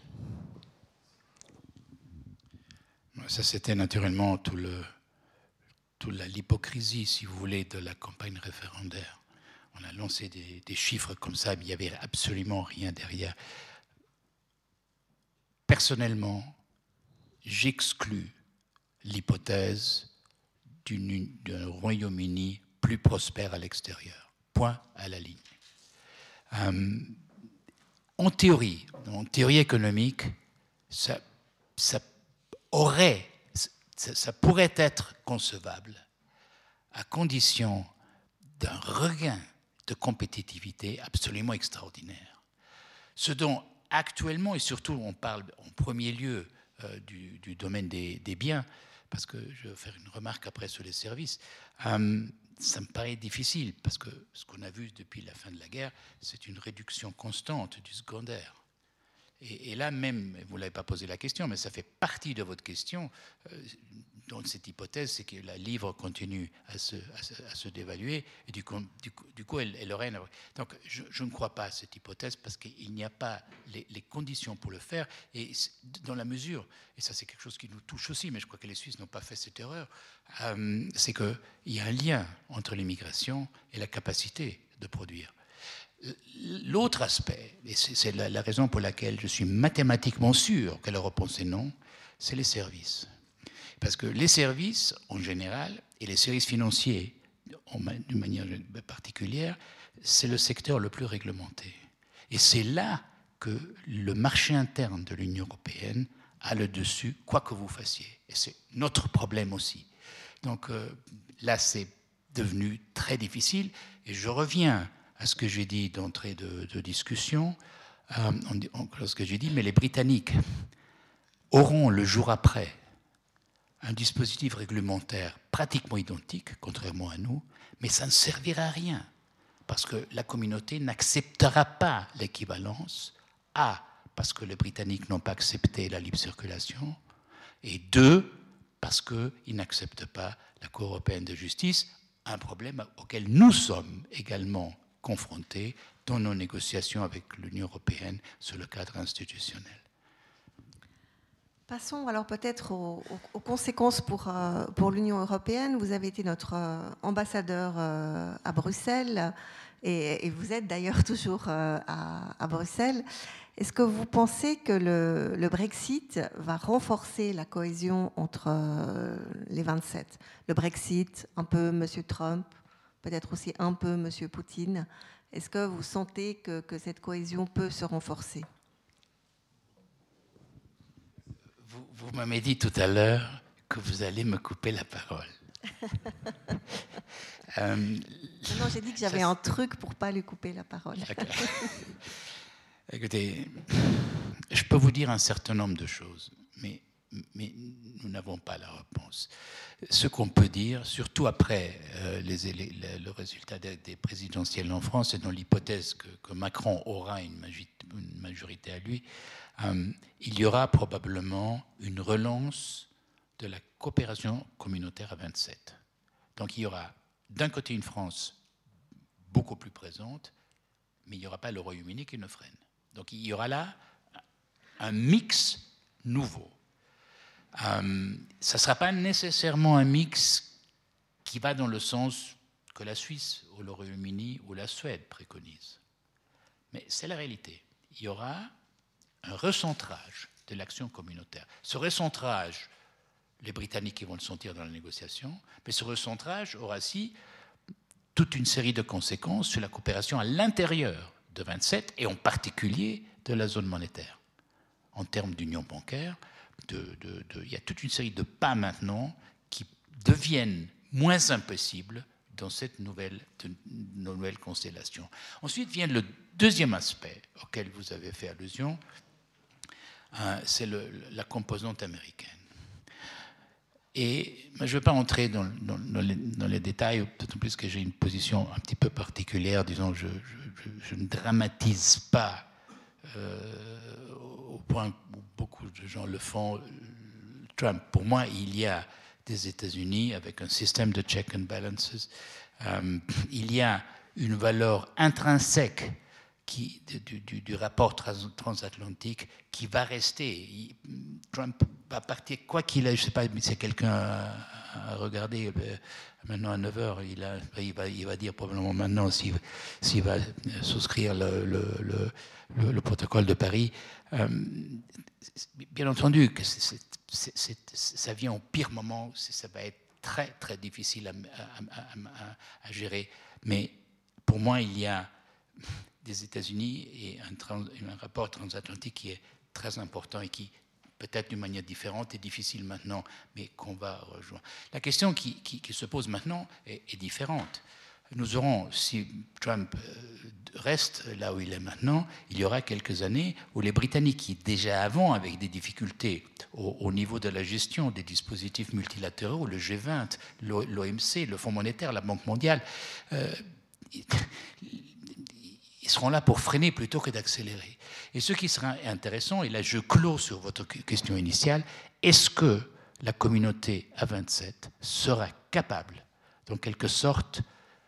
Ça, c'était naturellement toute l'hypocrisie, si vous voulez, de la campagne référendaire. On a lancé des chiffres comme ça, mais il n'y avait absolument rien derrière. Personnellement, j'exclus l'hypothèse d'un Royaume-Uni plus prospère à l'extérieur. Point à la ligne. En théorie économique, ça pourrait être concevable à condition d'un regain de compétitivité absolument extraordinaire. Ce dont actuellement, et surtout on parle en premier lieu du domaine des biens, parce que je vais faire une remarque après sur les services, ça me paraît difficile, parce que ce qu'on a vu depuis la fin de la guerre, c'est une réduction constante du secondaire. Et là même, vous ne l'avez pas posé la question, mais ça fait partie de votre question, dans cette hypothèse, c'est que la livre continue à se dévaluer, et du coup elle aurait... Donc je ne crois pas à cette hypothèse, parce qu'il n'y a pas les conditions pour le faire, et dans la mesure, et ça c'est quelque chose qui nous touche aussi, mais je crois que les Suisses n'ont pas fait cette erreur, c'est qu'il y a un lien entre l'immigration et la capacité de produire. L'autre aspect, et c'est la raison pour laquelle je suis mathématiquement sûr que la réponse est non, c'est les services. Parce que les services, en général, et les services financiers, d'une manière particulière, c'est le secteur le plus réglementé. Et c'est là que le marché interne de l'Union européenne a le dessus, quoi que vous fassiez. Et c'est notre problème aussi. Donc là, c'est devenu très difficile. Et je reviens à ce que j'ai dit d'entrée de discussion, lorsque j'ai dit, mais les Britanniques auront le jour après un dispositif réglementaire pratiquement identique, contrairement à nous, mais ça ne servira à rien, parce que la communauté n'acceptera pas l'équivalence, parce que les Britanniques n'ont pas accepté la libre circulation, et 2, parce qu'ils n'acceptent pas la Cour européenne de justice, un problème auquel nous sommes également confrontés dans nos négociations avec l'Union européenne sur le cadre institutionnel. Passons alors peut-être aux conséquences pour l'Union européenne. Vous avez été notre ambassadeur à Bruxelles et vous êtes d'ailleurs toujours à Bruxelles. Est-ce que vous pensez que le Brexit va renforcer la cohésion entre les 27 ? Le Brexit, un peu M. Trump, peut-être aussi un peu M. Poutine. Est-ce que vous sentez que cette cohésion peut se renforcer ? Vous m'avez dit tout à l'heure que vous allez me couper la parole. Non, j'ai dit que j'avais un truc pour ne pas lui couper la parole. Écoutez, je peux vous dire un certain nombre de choses, mais nous n'avons pas la réponse. Ce qu'on peut dire, surtout après le résultat des présidentielles en France, et dans l'hypothèse que Macron aura une majorité à lui, il y aura probablement une relance de la coopération communautaire à 27. Donc il y aura d'un côté une France beaucoup plus présente, mais il n'y aura pas le Royaume-Uni qui ne freine. Donc il y aura là un mix nouveau. Ça ne sera pas nécessairement un mix qui va dans le sens que la Suisse ou le Royaume-Uni ou la Suède préconisent. Mais c'est la réalité. Il y aura un recentrage de l'action communautaire. Ce recentrage, les Britanniques vont le sentir dans la négociation, mais ce recentrage aura aussi toute une série de conséquences sur la coopération à l'intérieur de 27 et en particulier de la zone monétaire. En termes d'union bancaire, il y a toute une série de pas maintenant qui deviennent moins impossibles dans cette nouvelle constellation. Ensuite vient le deuxième aspect auquel vous avez fait allusion, c'est la composante américaine. Et je ne vais pas entrer dans les détails, d'autant plus que j'ai une position un petit peu particulière. Disons, je ne dramatise pas au point où beaucoup de gens le font. Trump, pour moi, il y a des États-Unis avec un système de check and balances. Il y a une valeur intrinsèque du rapport transatlantique qui va rester. Trump va partir, quoi qu'il ait, je ne sais pas si quelqu'un a regardé maintenant à 9h, il va dire probablement maintenant s'il va souscrire le protocole de Paris. Bien entendu que ça vient au pire moment, ça va être très très difficile à gérer, mais pour moi il y a des États-Unis et un rapport transatlantique qui est très important et qui, peut-être d'une manière différente, est difficile maintenant, mais qu'on va rejoindre. La question qui se pose maintenant est différente. Nous aurons, si Trump reste là où il est maintenant, il y aura quelques années où les Britanniques, qui déjà avant avec des difficultés au niveau de la gestion des dispositifs multilatéraux, le G20, l'OMC, le Fonds monétaire, la Banque mondiale, ils seront là pour freiner plutôt que d'accélérer. Et ce qui sera intéressant, et là je clôt sur votre question initiale, est-ce que la communauté A27 sera capable, en quelque sorte,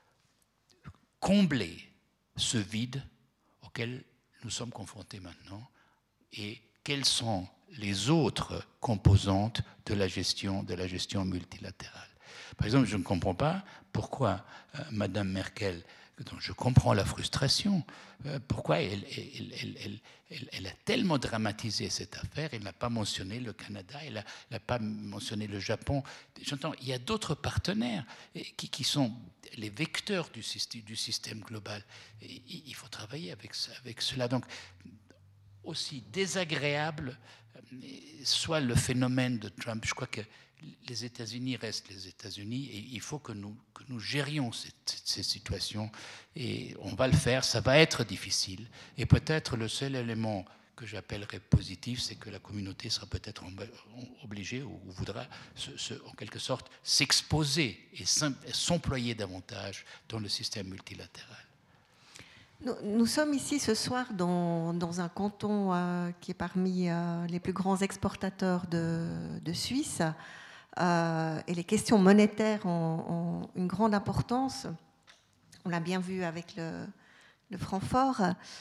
combler ce vide auquel nous sommes confrontés maintenant, et quelles sont les autres composantes de la gestion multilatérale. Par exemple, je ne comprends pas pourquoi Madame Merkel, dont je comprends la frustration, pourquoi elle a tellement dramatisé cette affaire, elle n'a pas mentionné le Canada, elle n'a pas mentionné le Japon. J'entends, il y a d'autres partenaires qui sont les vecteurs du système global. Et il faut travailler avec cela. Donc, aussi désagréable soit le phénomène de Trump, je crois que les États-Unis restent les États-Unis et il faut que nous gérions ces situations et on va le faire, ça va être difficile et peut-être le seul élément que j'appellerais positif, c'est que la communauté sera peut-être obligée ou voudra en quelque sorte s'exposer et s'employer davantage dans le système multilatéral. Nous sommes ici ce soir dans un canton qui est parmi les plus grands exportateurs de Suisse. Et les questions monétaires ont une grande importance. On l'a bien vu avec le franc fort.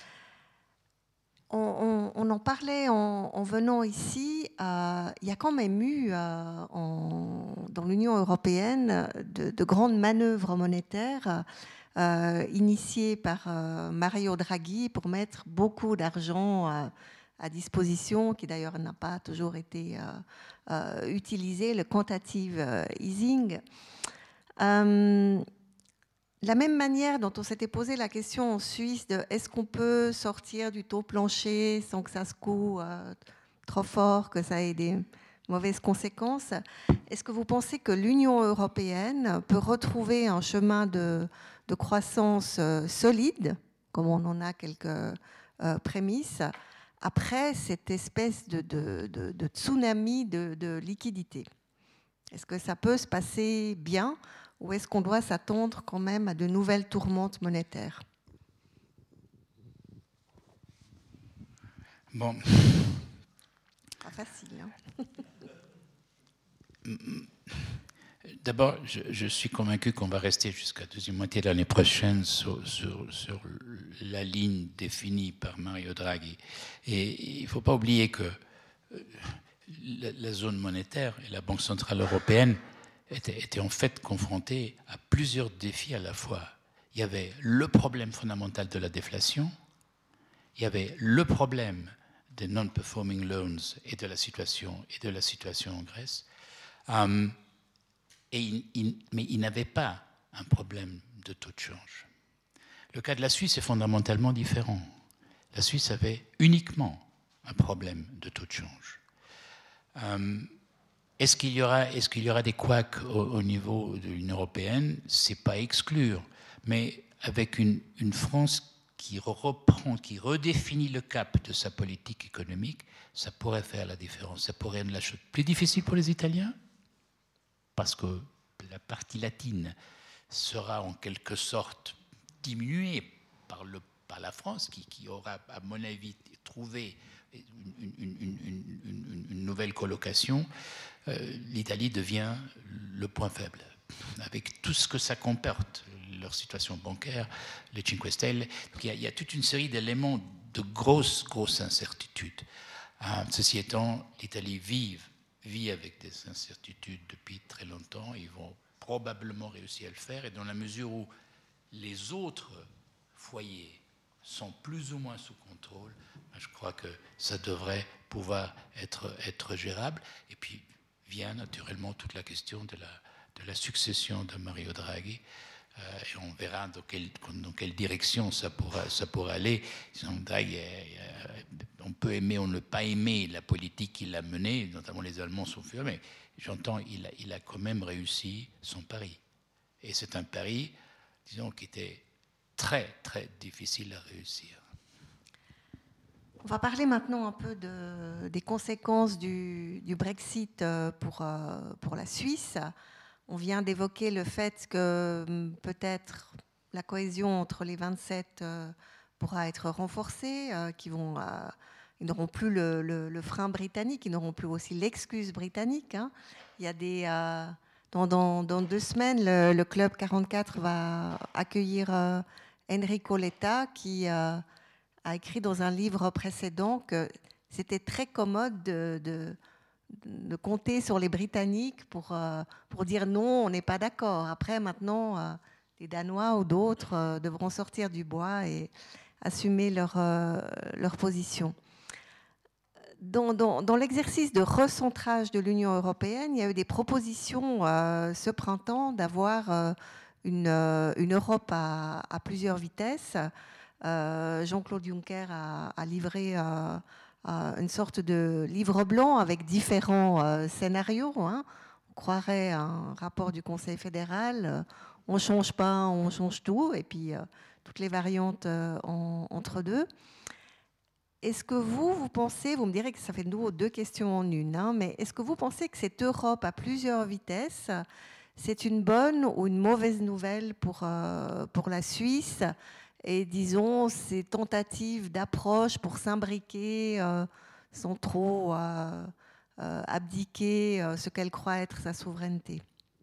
On en parlait en venant ici. Il y a quand même eu dans l'Union européenne de grandes manœuvres monétaires initiées par Mario Draghi pour mettre beaucoup d'argent à disposition, qui d'ailleurs n'a pas toujours été utilisé, le quantitative easing. La même manière dont on s'était posé la question en Suisse de est-ce qu'on peut sortir du taux plancher sans que ça secoue trop fort, que ça ait des mauvaises conséquences. Est-ce que vous pensez que l'Union européenne peut retrouver un chemin de croissance solide, comme on en a quelques prémices, après cette espèce de tsunami de liquidité? Est-ce que ça peut se passer bien ou est-ce qu'on doit s'attendre quand même à de nouvelles tourmentes monétaires? Bon. Pas facile, hein. D'abord, je suis convaincu qu'on va rester jusqu'à la deuxième moitié de l'année prochaine sur la ligne définie par Mario Draghi. Et il ne faut pas oublier que la zone monétaire et la Banque centrale européenne étaient en fait confrontées à plusieurs défis à la fois. Il y avait le problème fondamental de la déflation, il y avait le problème des non-performing loans et de la situation en Grèce. Mais il n'avait pas un problème de taux de change. Le cas de la Suisse est fondamentalement différent. La Suisse avait uniquement un problème de taux de change. Est-ce qu'il y aura des couacs au niveau de l'Union européenne? Ce n'est pas à exclure. Mais avec une France qui reprend, qui redéfinit le cap de sa politique économique, ça pourrait faire la différence. Ça pourrait rendre la chose plus difficile pour les Italiens, parce que la partie latine sera en quelque sorte diminuée par la France, qui aura, à mon avis, trouvé une nouvelle colocation. L'Italie devient le point faible, avec tout ce que ça comporte, leur situation bancaire, les Cinque Stelle. Donc il y a toute une série d'éléments de grosses incertitudes. Ceci étant, l'Italie vit avec des incertitudes depuis très longtemps. Ils vont probablement réussir à le faire. Et dans la mesure où les autres foyers sont plus ou moins sous contrôle, je crois que ça devrait pouvoir être gérable. Et puis vient naturellement toute la question de la succession de Mario Draghi. Et on verra dans quelle direction ça pourra aller. Draghi, on peut aimer ou ne pas aimer la politique qu'il a menée, notamment les Allemands sont furieux, mais j'entends, il a quand même réussi son pari. Et c'est un pari, disons, qui était très, très difficile à réussir. On va parler maintenant un peu des conséquences du Brexit pour la Suisse. On vient d'évoquer le fait que peut-être la cohésion entre les 27 pourra être renforcée, ils n'auront plus le frein britannique, ils n'auront plus aussi l'excuse britannique. Hein. Il y a dans 2 semaines, le Club 44 va accueillir Enrico Letta, qui a écrit dans un livre précédent que c'était très commode de compter sur les Britanniques pour dire non, on n'est pas d'accord. Après, maintenant, les Danois ou d'autres devront sortir du bois et assumer leur position. Dans l'exercice de recentrage de l'Union européenne, il y a eu des propositions ce printemps d'avoir une Europe à plusieurs vitesses. Jean-Claude Juncker a livré une sorte de livre blanc avec différents scénarios. Hein. On croirait un rapport du Conseil fédéral. On ne change pas, on change tout. Et puis, toutes les variantes entre deux. Est-ce que vous pensez, vous me direz que ça fait 2 questions en une, hein, mais est-ce que vous pensez que cette Europe à plusieurs vitesses, c'est une bonne ou une mauvaise nouvelle pour la Suisse? Et disons, ces tentatives d'approche pour s'imbriquer sans trop abdiquer ce qu'elle croit être sa souveraineté.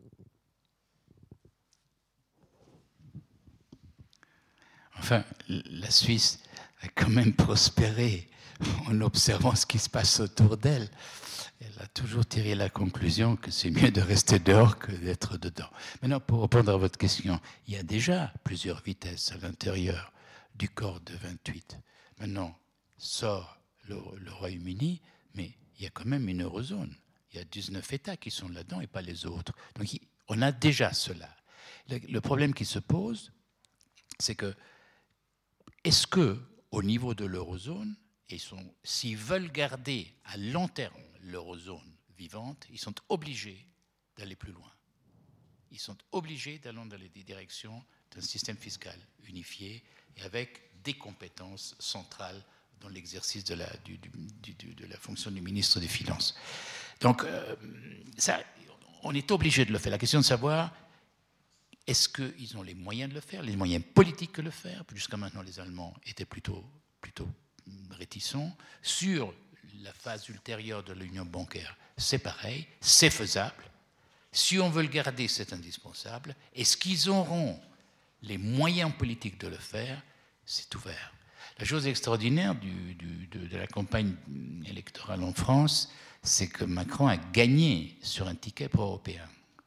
Enfin, la Suisse a quand même prospéré en observant ce qui se passe autour d'elle. Elle a toujours tiré la conclusion que c'est mieux de rester dehors que d'être dedans. Maintenant, pour répondre à votre question, il y a déjà plusieurs vitesses à l'intérieur du corps de 28. Maintenant, sort le Royaume-Uni, mais il y a quand même une eurozone. Il y a 19 États qui sont là-dedans et pas les autres. Donc, on a déjà cela. Le problème qui se pose, c'est que, est-ce qu'au niveau de l'eurozone, s'ils veulent garder à long terme l'eurozone vivante, ils sont obligés d'aller plus loin. Ils sont obligés d'aller dans les directions d'un système fiscal unifié et avec des compétences centrales dans l'exercice de la fonction du ministre des Finances. Donc, ça, on est obligé de le faire. La question de savoir, est-ce qu'ils ont les moyens de le faire, les moyens politiques de le faire? Jusqu'à maintenant, les Allemands étaient plutôt réticents. Sur la phase ultérieure de l'union bancaire, c'est pareil, c'est faisable. Si on veut le garder, c'est indispensable. Est-ce qu'ils auront les moyens politiques de le faire? C'est ouvert. La chose extraordinaire de la campagne électorale en France, c'est que Macron a gagné sur un ticket pro-européen.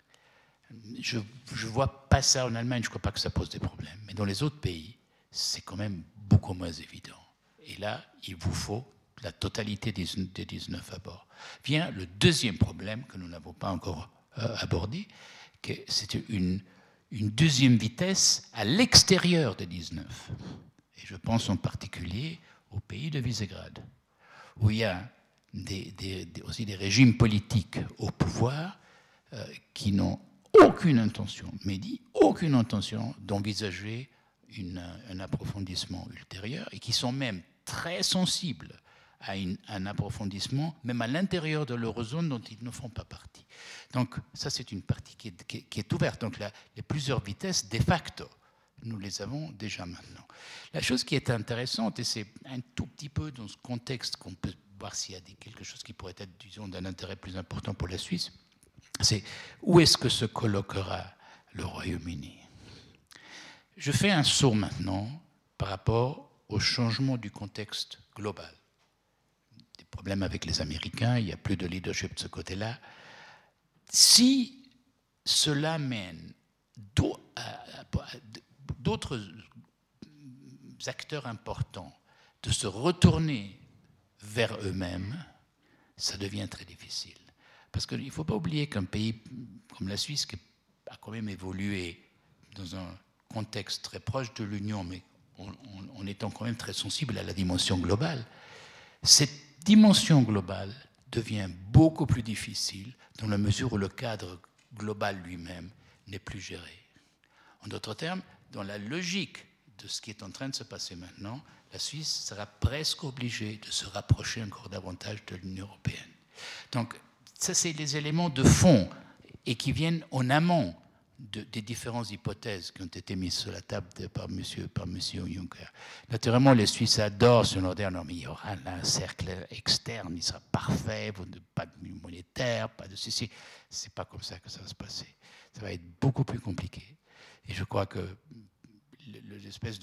Je ne vois pas ça en Allemagne, je ne crois pas que ça pose des problèmes. Mais dans les autres pays, c'est quand même beaucoup moins évident. Et là, il vous faut la totalité des 19 à bord. Vient le deuxième problème que nous n'avons pas encore abordé, que c'est une deuxième vitesse à l'extérieur des 19. Et je pense en particulier au pays de Visegrad, où il y a aussi des régimes politiques au pouvoir qui n'ont aucune intention, mais dit aucune intention d'envisager un approfondissement ultérieur et qui sont même très sensibles à un approfondissement, même à l'intérieur de l'eurozone dont ils ne font pas partie. Donc ça, c'est une partie qui est ouverte. Donc là, les plusieurs vitesses, de facto, nous les avons déjà maintenant. La chose qui est intéressante, et c'est un tout petit peu dans ce contexte qu'on peut voir s'il y a quelque chose qui pourrait être, disons, d'un intérêt plus important pour la Suisse, c'est où est-ce que se colloquera le Royaume-Uni. Je fais un saut maintenant par rapport au changement du contexte global. Des problèmes avec les Américains, il n'y a plus de leadership de ce côté-là. Si cela mène d'autres acteurs importants de se retourner vers eux-mêmes, ça devient très difficile. Parce qu'il ne faut pas oublier qu'un pays comme la Suisse, qui a quand même évolué dans un contexte très proche de l'Union, mais en étant quand même très sensible à la dimension globale, cette dimension globale devient beaucoup plus difficile dans la mesure où le cadre global lui-même n'est plus géré. En d'autres termes, dans la logique de ce qui est en train de se passer maintenant, la Suisse sera presque obligée de se rapprocher encore davantage de l'Union européenne. Donc, ça, c'est les éléments de fond et qui viennent en amont des différentes hypothèses qui ont été mises sur la table par monsieur Juncker. Naturellement, les Suisses adorent se dire non, mais il y aura là un cercle externe, il sera parfait, pas de monétaire, pas de ceci. C'est pas comme ça que ça va se passer. Ça va être beaucoup plus compliqué. Et je crois que l'espèce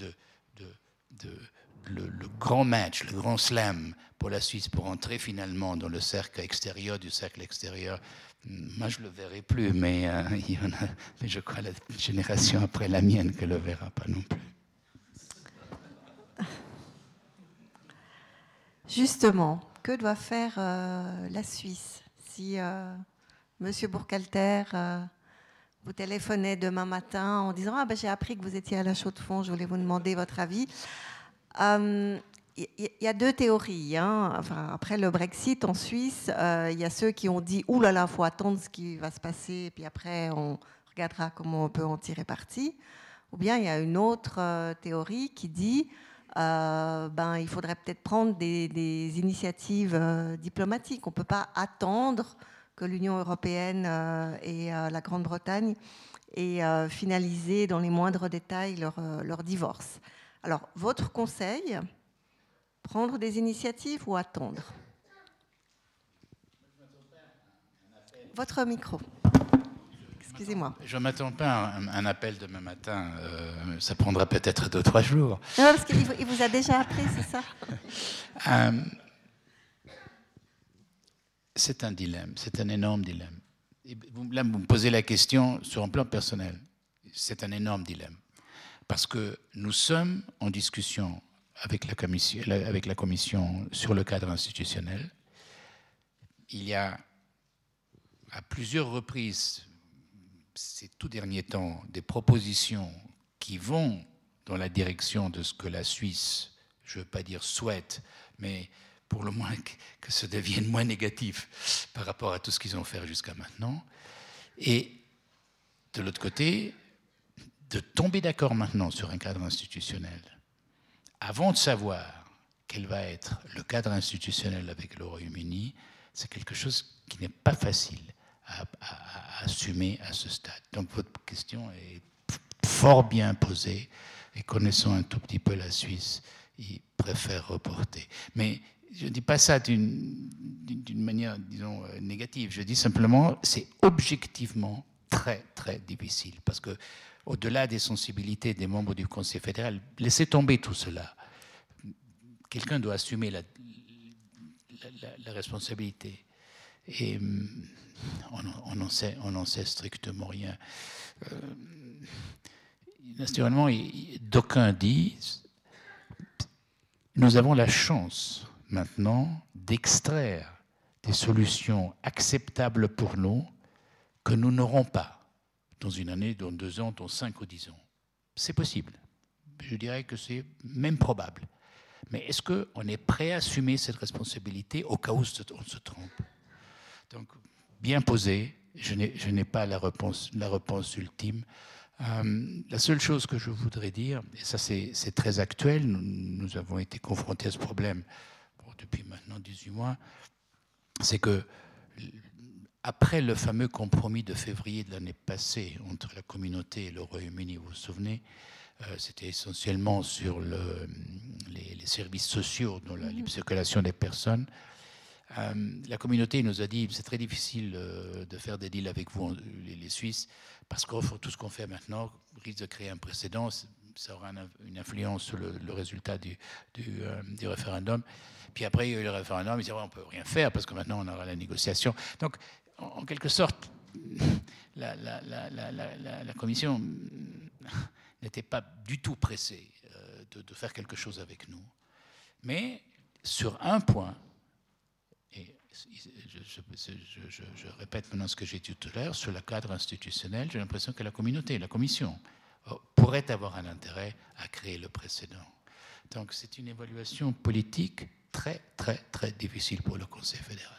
le grand match, le grand slam pour la Suisse pour entrer finalement dans le cercle extérieur du cercle extérieur, moi je ne le verrai plus, mais il y en a, mais je crois la génération après la mienne que ne le verra pas non plus. Justement, que doit faire la Suisse si Monsieur Burkhalter vous téléphonait demain matin en disant « Ah ben j'ai appris que vous étiez à la Chaux-de-Fonds, je voulais vous demander votre avis ». Il y a deux théories. Enfin, après le Brexit en Suisse, il y a ceux qui ont dit « Ouh là là, il faut attendre ce qui va se passer, et puis après on regardera comment on peut en tirer parti ». Ou bien il y a une autre théorie qui dit il faudrait peut-être prendre des initiatives diplomatiques. On ne peut pas attendre que l'Union européenne et la Grande-Bretagne aient finalisé dans les moindres détails leur divorce. Alors, votre conseil, prendre des initiatives ou attendre? Votre micro. Excusez-moi. Je ne m'attends pas à un appel demain matin. Ça prendra peut-être 2-3 jours. Non, parce qu'il vous a déjà appelé, c'est ça? C'est un dilemme, c'est un énorme dilemme. Et là, vous me posez la question sur un plan personnel. C'est un énorme dilemme. Parce que nous sommes en discussion avec la Commission sur le cadre institutionnel. Il y a à plusieurs reprises, ces tout derniers temps, des propositions qui vont dans la direction de ce que la Suisse, je ne veux pas dire souhaite, mais pour le moins que ça devienne moins négatif par rapport à tout ce qu'ils ont fait jusqu'à maintenant. Et de l'autre côté, de tomber d'accord maintenant sur un cadre institutionnel, avant de savoir quel va être le cadre institutionnel avec le Royaume-Uni, c'est quelque chose qui n'est pas facile à assumer à ce stade. Donc votre question est fort bien posée, et connaissant un tout petit peu la Suisse, ils préfèrent reporter. Mais je ne dis pas ça d'une manière, disons, négative. Je dis simplement, c'est objectivement très, très difficile. Parce que, au-delà des sensibilités des membres du Conseil fédéral, laissez tomber tout cela. Quelqu'un doit assumer la responsabilité. Et on n'en sait strictement rien. Naturellement, d'aucuns disent, nous avons la chance maintenant d'extraire des solutions acceptables pour nous que nous n'aurons pas dans une année, dans 2 ans, dans 5 ou 10 ans. C'est possible. Je dirais que c'est même probable. Mais est-ce qu'on est prêt à assumer cette responsabilité au cas où on se trompe? Donc, bien posé, je n'ai pas la réponse ultime. La seule chose que je voudrais dire, et ça c'est très actuel, nous avons été confrontés à ce problème depuis maintenant 18 mois, c'est que après le fameux compromis de février de l'année passée entre la communauté et le Royaume-Uni, vous vous souvenez, c'était essentiellement sur les services sociaux, dans la libre circulation des personnes. La communauté nous a dit c'est très difficile de faire des deals avec vous, les Suisses, parce que tout ce qu'on fait maintenant risque de créer un précédent, ça aura une influence sur le résultat du référendum. Puis après, il y a eu le référendum, ils disaient on ne peut rien faire parce que maintenant on aura la négociation. Donc, en quelque sorte, la Commission n'était pas du tout pressée de faire quelque chose avec nous. Mais sur un point, et je répète maintenant ce que j'ai dit tout à l'heure, sur le cadre institutionnel, j'ai l'impression que la Commission, pourrait avoir un intérêt à créer le précédent. Donc c'est une évaluation politique très, très, très difficile pour le Conseil fédéral.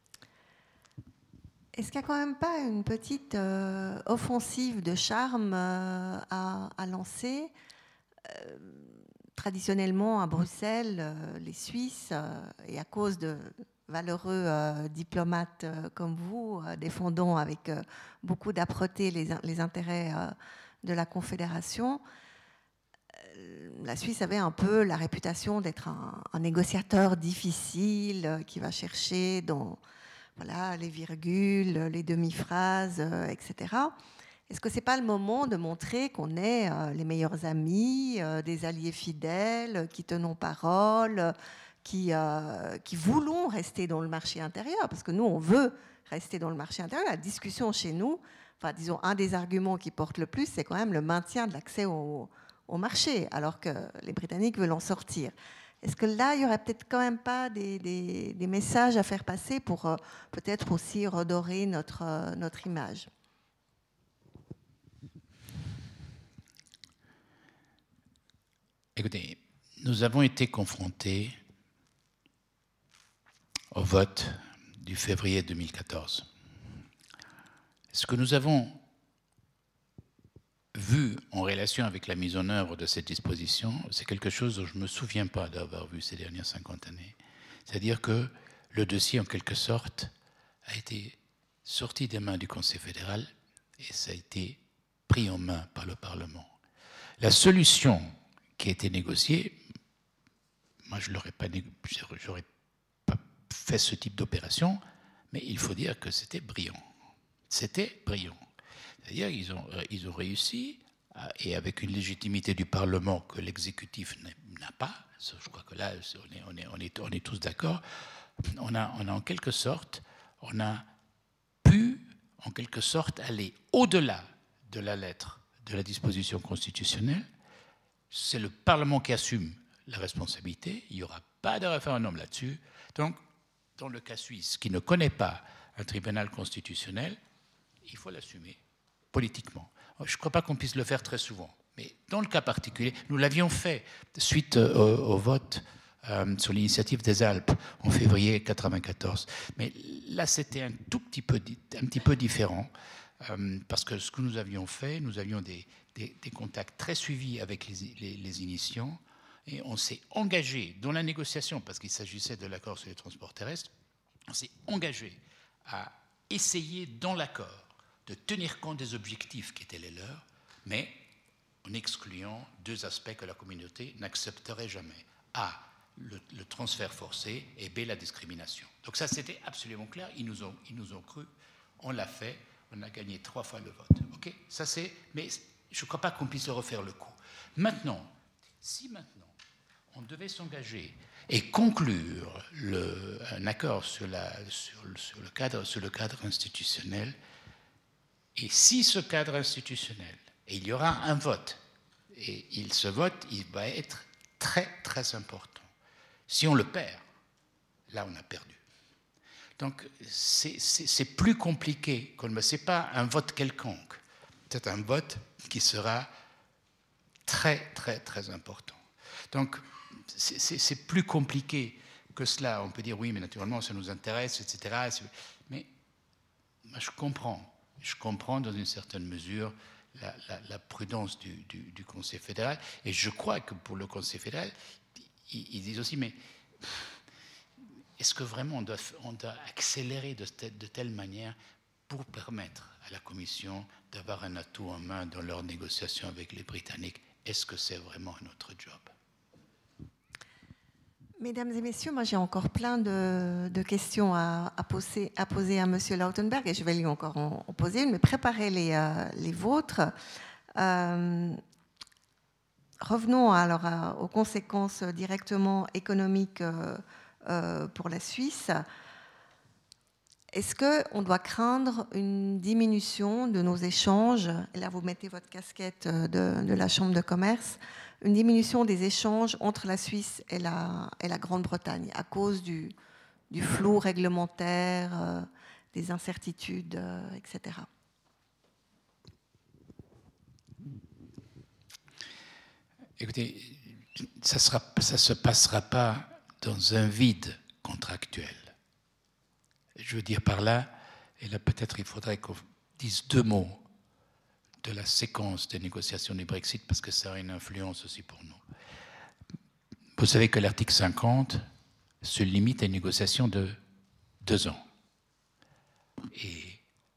Est-ce qu'il n'y a quand même pas une petite offensive de charme à lancer traditionnellement à Bruxelles, les Suisses, et à cause de valeureux diplomates comme vous, défendons avec beaucoup d'âpreté les intérêts de la Confédération, la Suisse avait un peu la réputation d'être un négociateur difficile qui va chercher dans les virgules, les demi-phrases, etc. Est-ce que ce n'est pas le moment de montrer qu'on est les meilleurs amis, des alliés fidèles, qui tenons parole, qui voulons rester dans le marché intérieur? Parce que nous, on veut rester dans le marché intérieur. La discussion chez nous, disons, un des arguments qui porte le plus, c'est quand même le maintien de l'accès au marché, alors que les Britanniques veulent en sortir. Est-ce que là, il n'y aurait peut-être quand même pas des messages à faire passer pour peut-être aussi redorer notre image? Écoutez, nous avons été confrontés au vote du février 2014. Ce que nous avons vu en relation avec la mise en œuvre de cette disposition, c'est quelque chose dont je ne me souviens pas d'avoir vu ces dernières 50 années. C'est-à-dire que le dossier, en quelque sorte, a été sorti des mains du Conseil fédéral et ça a été pris en main par le Parlement. La solution qui a été négociée, moi je n'aurais pas fait ce type d'opération, mais il faut dire que c'était brillant. C'était brillant. C'est-à-dire qu'ils ont réussi, et avec une légitimité du Parlement que l'exécutif n'a pas, je crois que là, on est tous d'accord, on a en quelque sorte, on a pu, en quelque sorte, aller au-delà de la lettre de la disposition constitutionnelle. C'est le Parlement qui assume la responsabilité, il n'y aura pas de référendum là-dessus. Donc, dans le cas suisse, qui ne connaît pas un tribunal constitutionnel, il faut l'assumer politiquement. Je ne crois pas qu'on puisse le faire très souvent, mais dans le cas particulier, nous l'avions fait suite au vote sur l'initiative des Alpes en février 1994. Mais là, c'était un petit peu différent, parce que ce que nous avions fait, nous avions des contacts très suivis avec les initiants, et on s'est engagé dans la négociation, parce qu'il s'agissait de l'accord sur les transports terrestres, on s'est engagé à essayer dans l'accord de tenir compte des objectifs qui étaient les leurs, mais en excluant deux aspects que la communauté n'accepterait jamais. A, le transfert forcé, et B, la discrimination. Donc ça, c'était absolument clair, ils nous ont cru, on l'a fait, on a gagné 3 fois le vote. Okay, ça c'est, mais je ne crois pas qu'on puisse le refaire le coup. Maintenant, si maintenant on devait s'engager et conclure un accord sur le cadre institutionnel, et si ce cadre institutionnel, et il y aura un vote, et ce vote, il va être très, très important. Si on le perd, là, on a perdu. Donc, c'est plus compliqué. Ce n'est pas un vote quelconque. C'est un vote qui sera très, très, très important. Donc, c'est plus compliqué que cela. On peut dire, oui, mais naturellement, ça nous intéresse, etc. Mais moi, je comprends dans une certaine mesure la prudence du Conseil fédéral. Et je crois que pour le Conseil fédéral, ils disent aussi, mais est-ce que vraiment on doit accélérer de telle manière pour permettre à la Commission d'avoir un atout en main dans leurs négociations avec les Britanniques? Est-ce que c'est vraiment notre job? Mesdames et messieurs, moi j'ai encore plein de questions à poser à M. Lautenberg, et je vais lui encore en poser une, mais préparez les vôtres. Revenons alors aux conséquences directement économiques pour la Suisse. Est-ce qu'on doit craindre une diminution de nos échanges, et là vous mettez votre casquette de la Chambre de commerce, une diminution des échanges entre la Suisse et la Grande-Bretagne à cause du flou réglementaire, des incertitudes, etc. Écoutez, ça ne se passera pas dans un vide contractuel. Je veux dire par là, et là peut-être il faudrait qu'on dise 2 mots de la séquence des négociations du Brexit, parce que ça a une influence aussi pour nous. Vous savez que l'article 50 se limite à une négociation de 2 ans. Et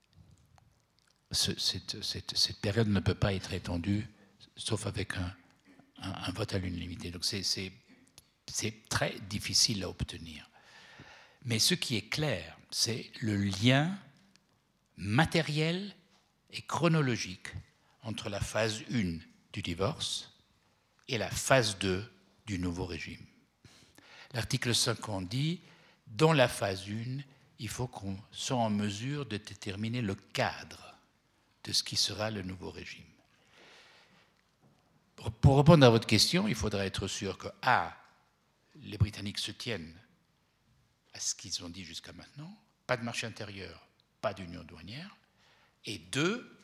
cette période ne peut pas être étendue, sauf avec un vote à l'unanimité. Donc c'est très difficile à obtenir. Mais ce qui est clair, c'est le lien matériel et chronologique entre la phase 1 du divorce et la phase 2 du nouveau régime. L'article 50 dit, dans la phase 1, il faut qu'on soit en mesure de déterminer le cadre de ce qui sera le nouveau régime. Pour répondre à votre question, il faudra être sûr que, A, les Britanniques se tiennent à ce qu'ils ont dit jusqu'à maintenant, pas de marché intérieur, pas d'union douanière, et 2,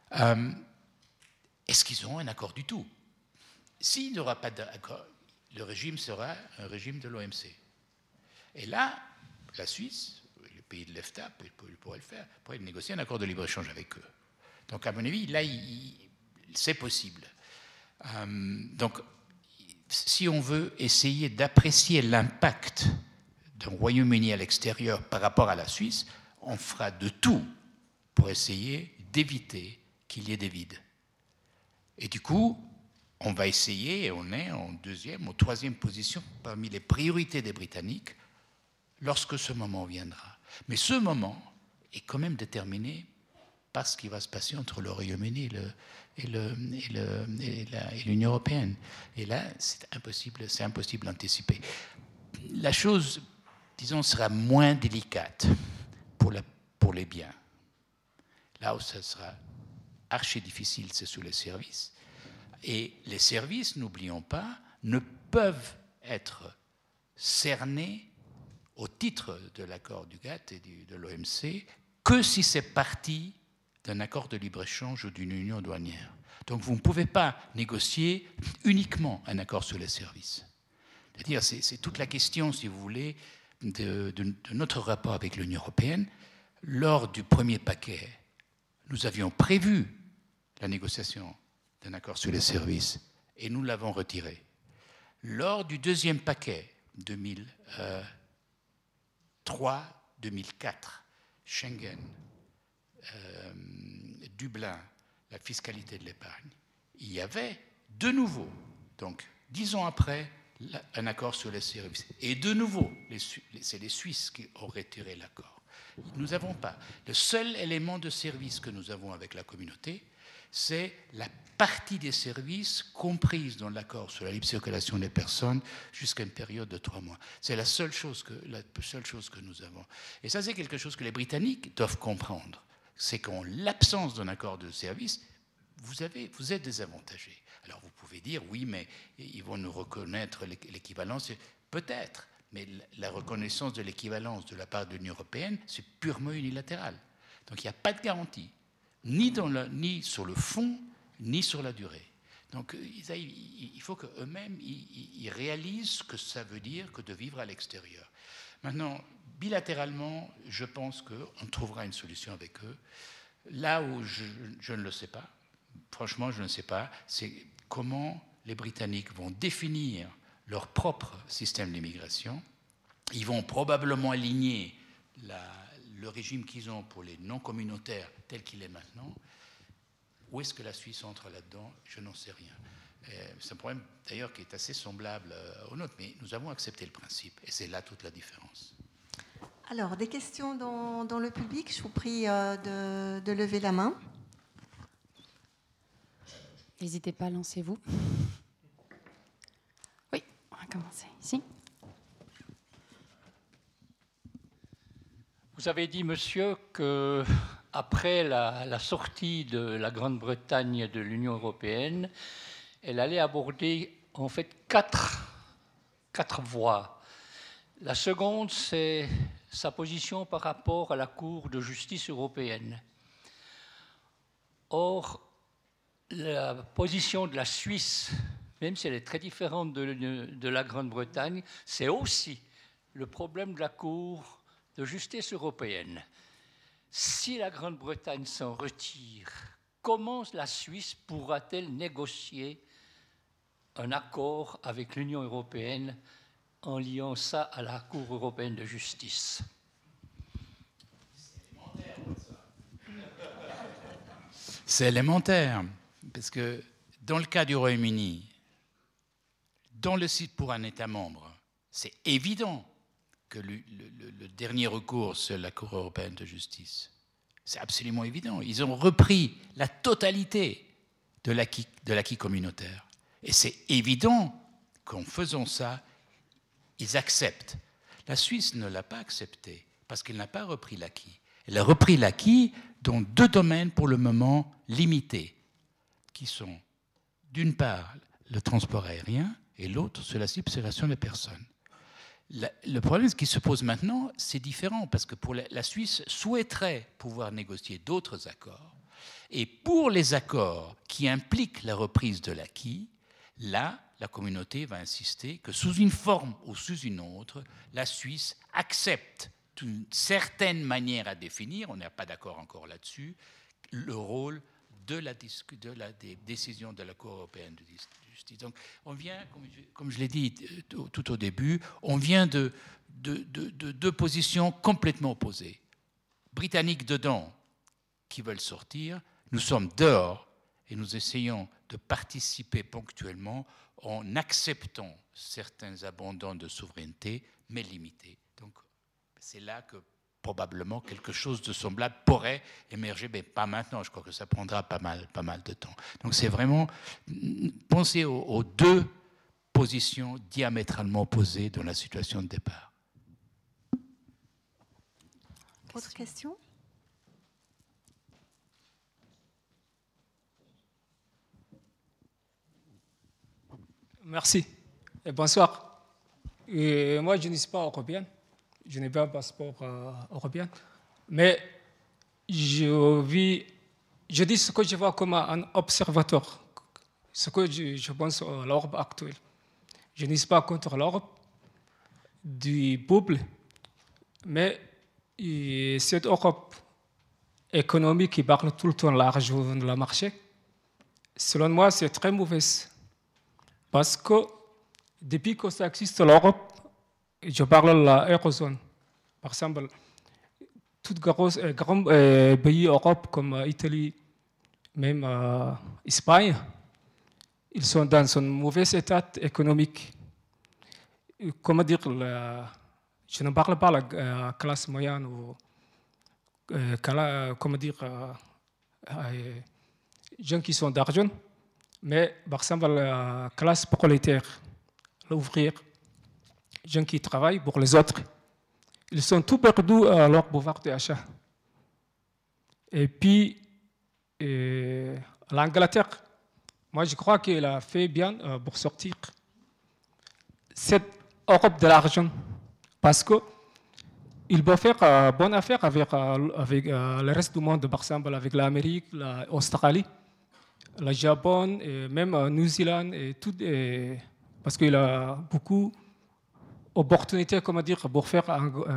est-ce qu'ils auront un accord du tout? S'il n'y aura pas d'accord, le régime sera un régime de l'OMC. Et là, la Suisse, le pays de l'EFTA, pourrait le faire, pourrait négocier un accord de libre-échange avec eux. Donc, à mon avis, là, c'est possible. Donc, si on veut essayer d'apprécier l'impact d'un Royaume-Uni à l'extérieur par rapport à la Suisse, on fera de tout pour essayer d'éviter qu'il y ait des vides. Et du coup, on va essayer, et on est en 2e ou 3e position parmi les priorités des Britanniques lorsque ce moment viendra. Mais ce moment est quand même déterminé par ce qui va se passer entre le Royaume-Uni et l'Union européenne. Et là, c'est impossible d'anticiper. La chose, disons, sera moins délicate pour les biens. Là où ça sera archi difficile, c'est sur les services. Et les services, n'oublions pas, ne peuvent être cernés au titre de l'accord du GATT et de l'OMC que si c'est partie d'un accord de libre-échange ou d'une union douanière. Donc vous ne pouvez pas négocier uniquement un accord sur les services. C'est-à-dire, c'est toute la question, si vous voulez, de notre rapport avec l'Union européenne. Lors du premier paquet, nous avions prévu la négociation d'un accord sur les services et nous l'avons retiré. Lors du deuxième paquet, 2003-2004, Schengen, Dublin, la fiscalité de l'épargne, il y avait de nouveau, donc 10 ans après, un accord sur les services. Et de nouveau, c'est les Suisses qui ont retiré l'accord. Nous n'avons pas. Le seul élément de service que nous avons avec la communauté, c'est la partie des services comprise dans l'accord sur la libre circulation des personnes jusqu'à une période de 3 mois. C'est la seule chose que nous avons. Et ça, c'est quelque chose que les Britanniques doivent comprendre. C'est qu'en l'absence d'un accord de service, vous êtes désavantagé. Alors vous pouvez dire, oui, mais ils vont nous reconnaître l'équivalence. Peut-être, mais la reconnaissance de l'équivalence de la part de l'Union européenne, c'est purement unilatéral. Donc il n'y a pas de garantie, ni sur le fond, ni sur la durée. Donc il faut qu'eux-mêmes ils réalisent ce que ça veut dire que de vivre à l'extérieur. Maintenant, bilatéralement, je pense qu'on trouvera une solution avec eux. Là où je ne le sais pas, franchement, je ne sais pas, c'est comment les Britanniques vont définir leur propre système d'immigration. Ils vont probablement aligner le régime qu'ils ont pour les non-communautaires tel qu'il est maintenant. Où est-ce que la Suisse entre là-dedans? Je n'en sais rien. C'est un problème d'ailleurs qui est assez semblable au nôtre, mais nous avons accepté le principe et c'est là toute la différence. Alors, des questions dans le public, je vous prie de lever la main. N'hésitez pas, lancez-vous. Oui, on va commencer ici. Vous avez dit, monsieur, qu'après la sortie de la Grande-Bretagne de l'Union européenne, elle allait aborder en fait quatre voies. La seconde, c'est sa position par rapport à la Cour de justice européenne. Or, la position de la Suisse, même si elle est très différente de la Grande-Bretagne, c'est aussi le problème de la Cour de justice européenne. Si la Grande-Bretagne s'en retire, comment la Suisse pourra-t-elle négocier un accord avec l'Union européenne en liant ça à la Cour européenne de justice? C'est élémentaire, parce que dans le cas du Royaume-Uni, dans le site pour un État membre, c'est évident que le dernier recours, c'est la Cour européenne de justice. C'est absolument évident. Ils ont repris la totalité de l'acquis communautaire. Et c'est évident qu'en faisant ça, ils acceptent. La Suisse ne l'a pas accepté parce qu'elle n'a pas repris l'acquis. Elle a repris l'acquis dans 2 domaines pour le moment limités, qui sont d'une part le transport aérien et l'autre c'est la circulation des personnes. Le problème qui se pose maintenant, c'est différent parce que la Suisse souhaiterait pouvoir négocier d'autres accords. Et pour les accords qui impliquent la reprise de l'acquis, là, la communauté va insister que sous une forme ou sous une autre, la Suisse accepte d'une certaine manière à définir, on n'est pas d'accord encore là-dessus, le rôle des décisions de la Cour européenne de justice. Donc on vient, comme je l'ai dit tout au début, on vient de 2 positions complètement opposées. Britanniques dedans qui veulent sortir, nous sommes dehors et nous essayons de participer ponctuellement en acceptant certains abandons de souveraineté, mais limités. Donc c'est là que probablement quelque chose de semblable pourrait émerger, mais pas maintenant. Je crois que ça prendra pas mal de temps. Donc c'est vraiment penser aux 2 positions diamétralement opposées dans la situation de départ. Autre question ? Merci et bonsoir. Moi, je ne suis pas européen. Je n'ai pas un passeport européen. Mais je dis ce que je vois comme un observateur, ce que je pense à l'Europe actuelle. je ne suis pas contre l'Europe du peuple, mais cette Europe économique qui parle tout le temps de l'argent de la marché, selon moi, c'est très mauvaise. Parce que depuis que ça existe l'Europe, je parle de l'Eurozone, par exemple, tous les grands pays d'Europe comme Italie, même Espagne, ils sont dans un mauvais état économique. Comment dire, je ne parle pas de la classe moyenne ou comment dire, gens qui sont d'argent, mais par exemple la classe prolétaire, l'ouvrier, gens qui travaillent pour les autres, ils sont tout perdus à leur pouvoir d'achat. Et puis, l'Angleterre, moi je crois qu'elle a fait bien pour sortir cette Europe de l'argent, parce qu'il peut faire bonne affaire avec le reste du monde, par exemple avec l'Amérique, l'Australie, le Japon, et même Nouvelle-Zélande, et tout, parce qu'il a beaucoup d'opportunités, comment dire, pour faire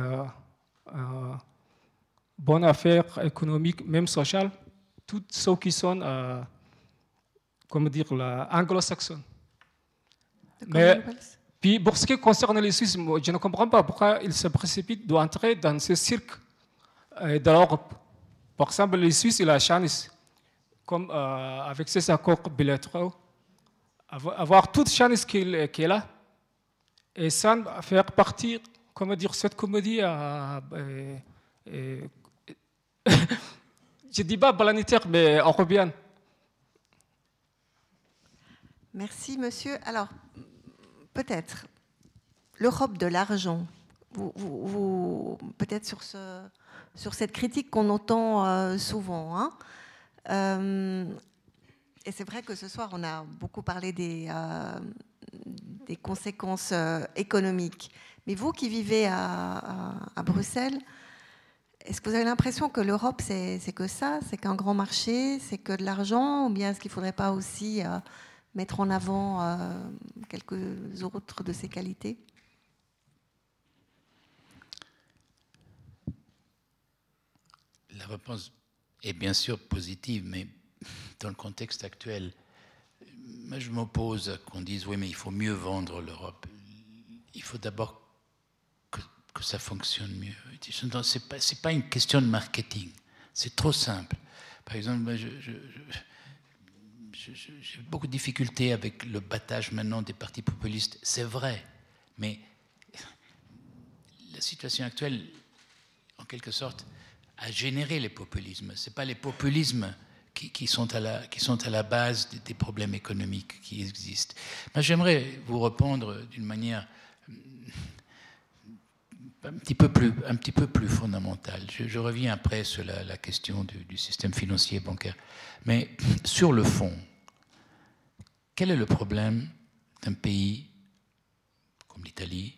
bonne affaire économique, même sociale, tous ceux qui sont, comment dire, anglo-saxons. Mais puis, pour ce qui concerne les Suisses, je ne comprends pas pourquoi ils se précipitent d'entrer dans ce cirque de l'Europe. Par exemple, les Suisses, ils ont la chance, comme avec ces accords bilatéraux, avoir toute chance qu'il a, et sans faire partir, comment dire, cette comédie je ne dis pas planétaire, mais européenne. Merci, monsieur. Alors, peut-être l'Europe de l'argent, peut-être sur cette critique qu'on entend souvent. Hein. Et c'est vrai que ce soir, on a beaucoup parlé des conséquences économiques. Mais vous qui vivez à Bruxelles, est-ce que vous avez l'impression que l'Europe, c'est que ça, c'est qu'un grand marché, c'est que de l'argent, ou bien est-ce qu'il ne faudrait pas aussi mettre en avant quelques autres de ses qualités? La réponse est bien sûr positive, mais dans le contexte actuel, moi je m'oppose à qu'on dise oui, mais il faut mieux vendre l'Europe. Il faut d'abord que ça fonctionne mieux. C'est pas une question de marketing, c'est trop simple. Par exemple, moi, j'ai beaucoup de difficultés avec le battage maintenant des partis populistes, c'est vrai, mais la situation actuelle, en quelque sorte, a généré les populismes. Ce n'est pas les populismes qui sont à la base des problèmes économiques qui existent. Moi, j'aimerais vous répondre d'une manière un petit peu plus fondamentale. Je reviens après sur la question du système financier et bancaire. Mais sur le fond, quel est le problème d'un pays comme l'Italie,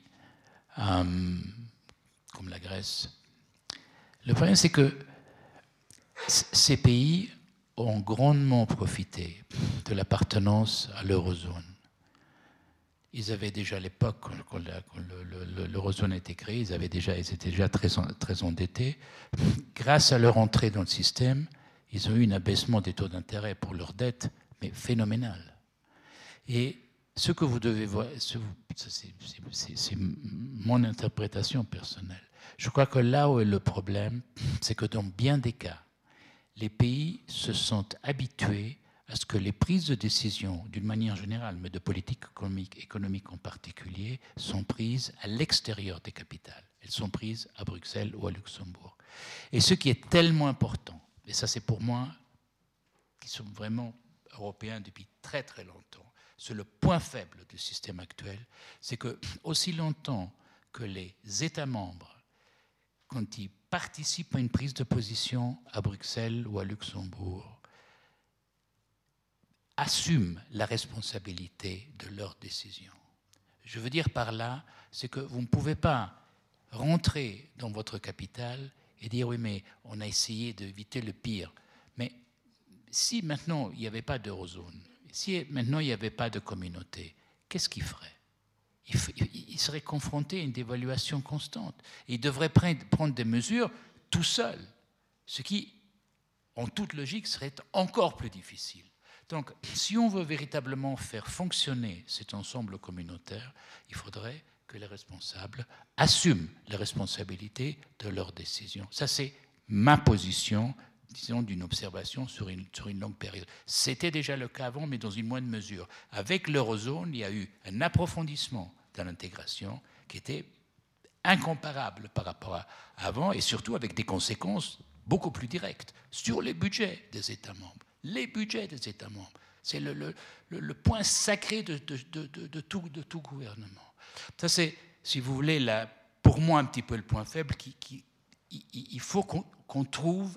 comme la Grèce? Le problème, c'est que ces pays ont grandement profité de l'appartenance à l'eurozone. Ils avaient déjà à l'époque, quand l'eurozone a été créée, ils étaient déjà très endettés. Grâce à leur entrée dans le système, ils ont eu un abaissement des taux d'intérêt pour leurs dettes, mais phénoménal. Et ce que vous devez voir, c'est mon interprétation personnelle. Je crois que là où est le problème, c'est que dans bien des cas, les pays se sont habitués à ce que les prises de décision, d'une manière générale, mais de politique économique en particulier, sont prises à l'extérieur des capitales. Elles sont prises à Bruxelles ou à Luxembourg. Et ce qui est tellement important, et ça c'est pour moi, qui sommes vraiment européens depuis très très longtemps, c'est le point faible du système actuel, c'est que aussi longtemps que les États membres, quand ils participent à une prise de position à Bruxelles ou à Luxembourg, assument la responsabilité de leurs décisions. Je veux dire par là, c'est que vous ne pouvez pas rentrer dans votre capitale et dire oui, mais on a essayé d'éviter le pire. Mais si maintenant il n'y avait pas d'eurozone, si maintenant il n'y avait pas de communauté, qu'est-ce qu'ils feraient? il serait confronté à une dévaluation constante. Et il devrait prendre des mesures tout seul, ce qui, en toute logique, serait encore plus difficile. Donc, si on veut véritablement faire fonctionner cet ensemble communautaire, il faudrait que les responsables assument les responsabilités de leurs décisions. Ça, c'est ma position, disons, d'une observation sur une longue période. C'était déjà le cas avant, mais dans une moindre mesure. Avec l'eurozone, il y a eu un approfondissement de l'intégration qui était incomparable par rapport à avant, et surtout avec des conséquences beaucoup plus directes sur les budgets des États membres. Les budgets des États membres, c'est le point sacré de tout gouvernement. Ça, c'est, si vous voulez, pour moi, un petit peu le point faible. Il faut qu'on trouve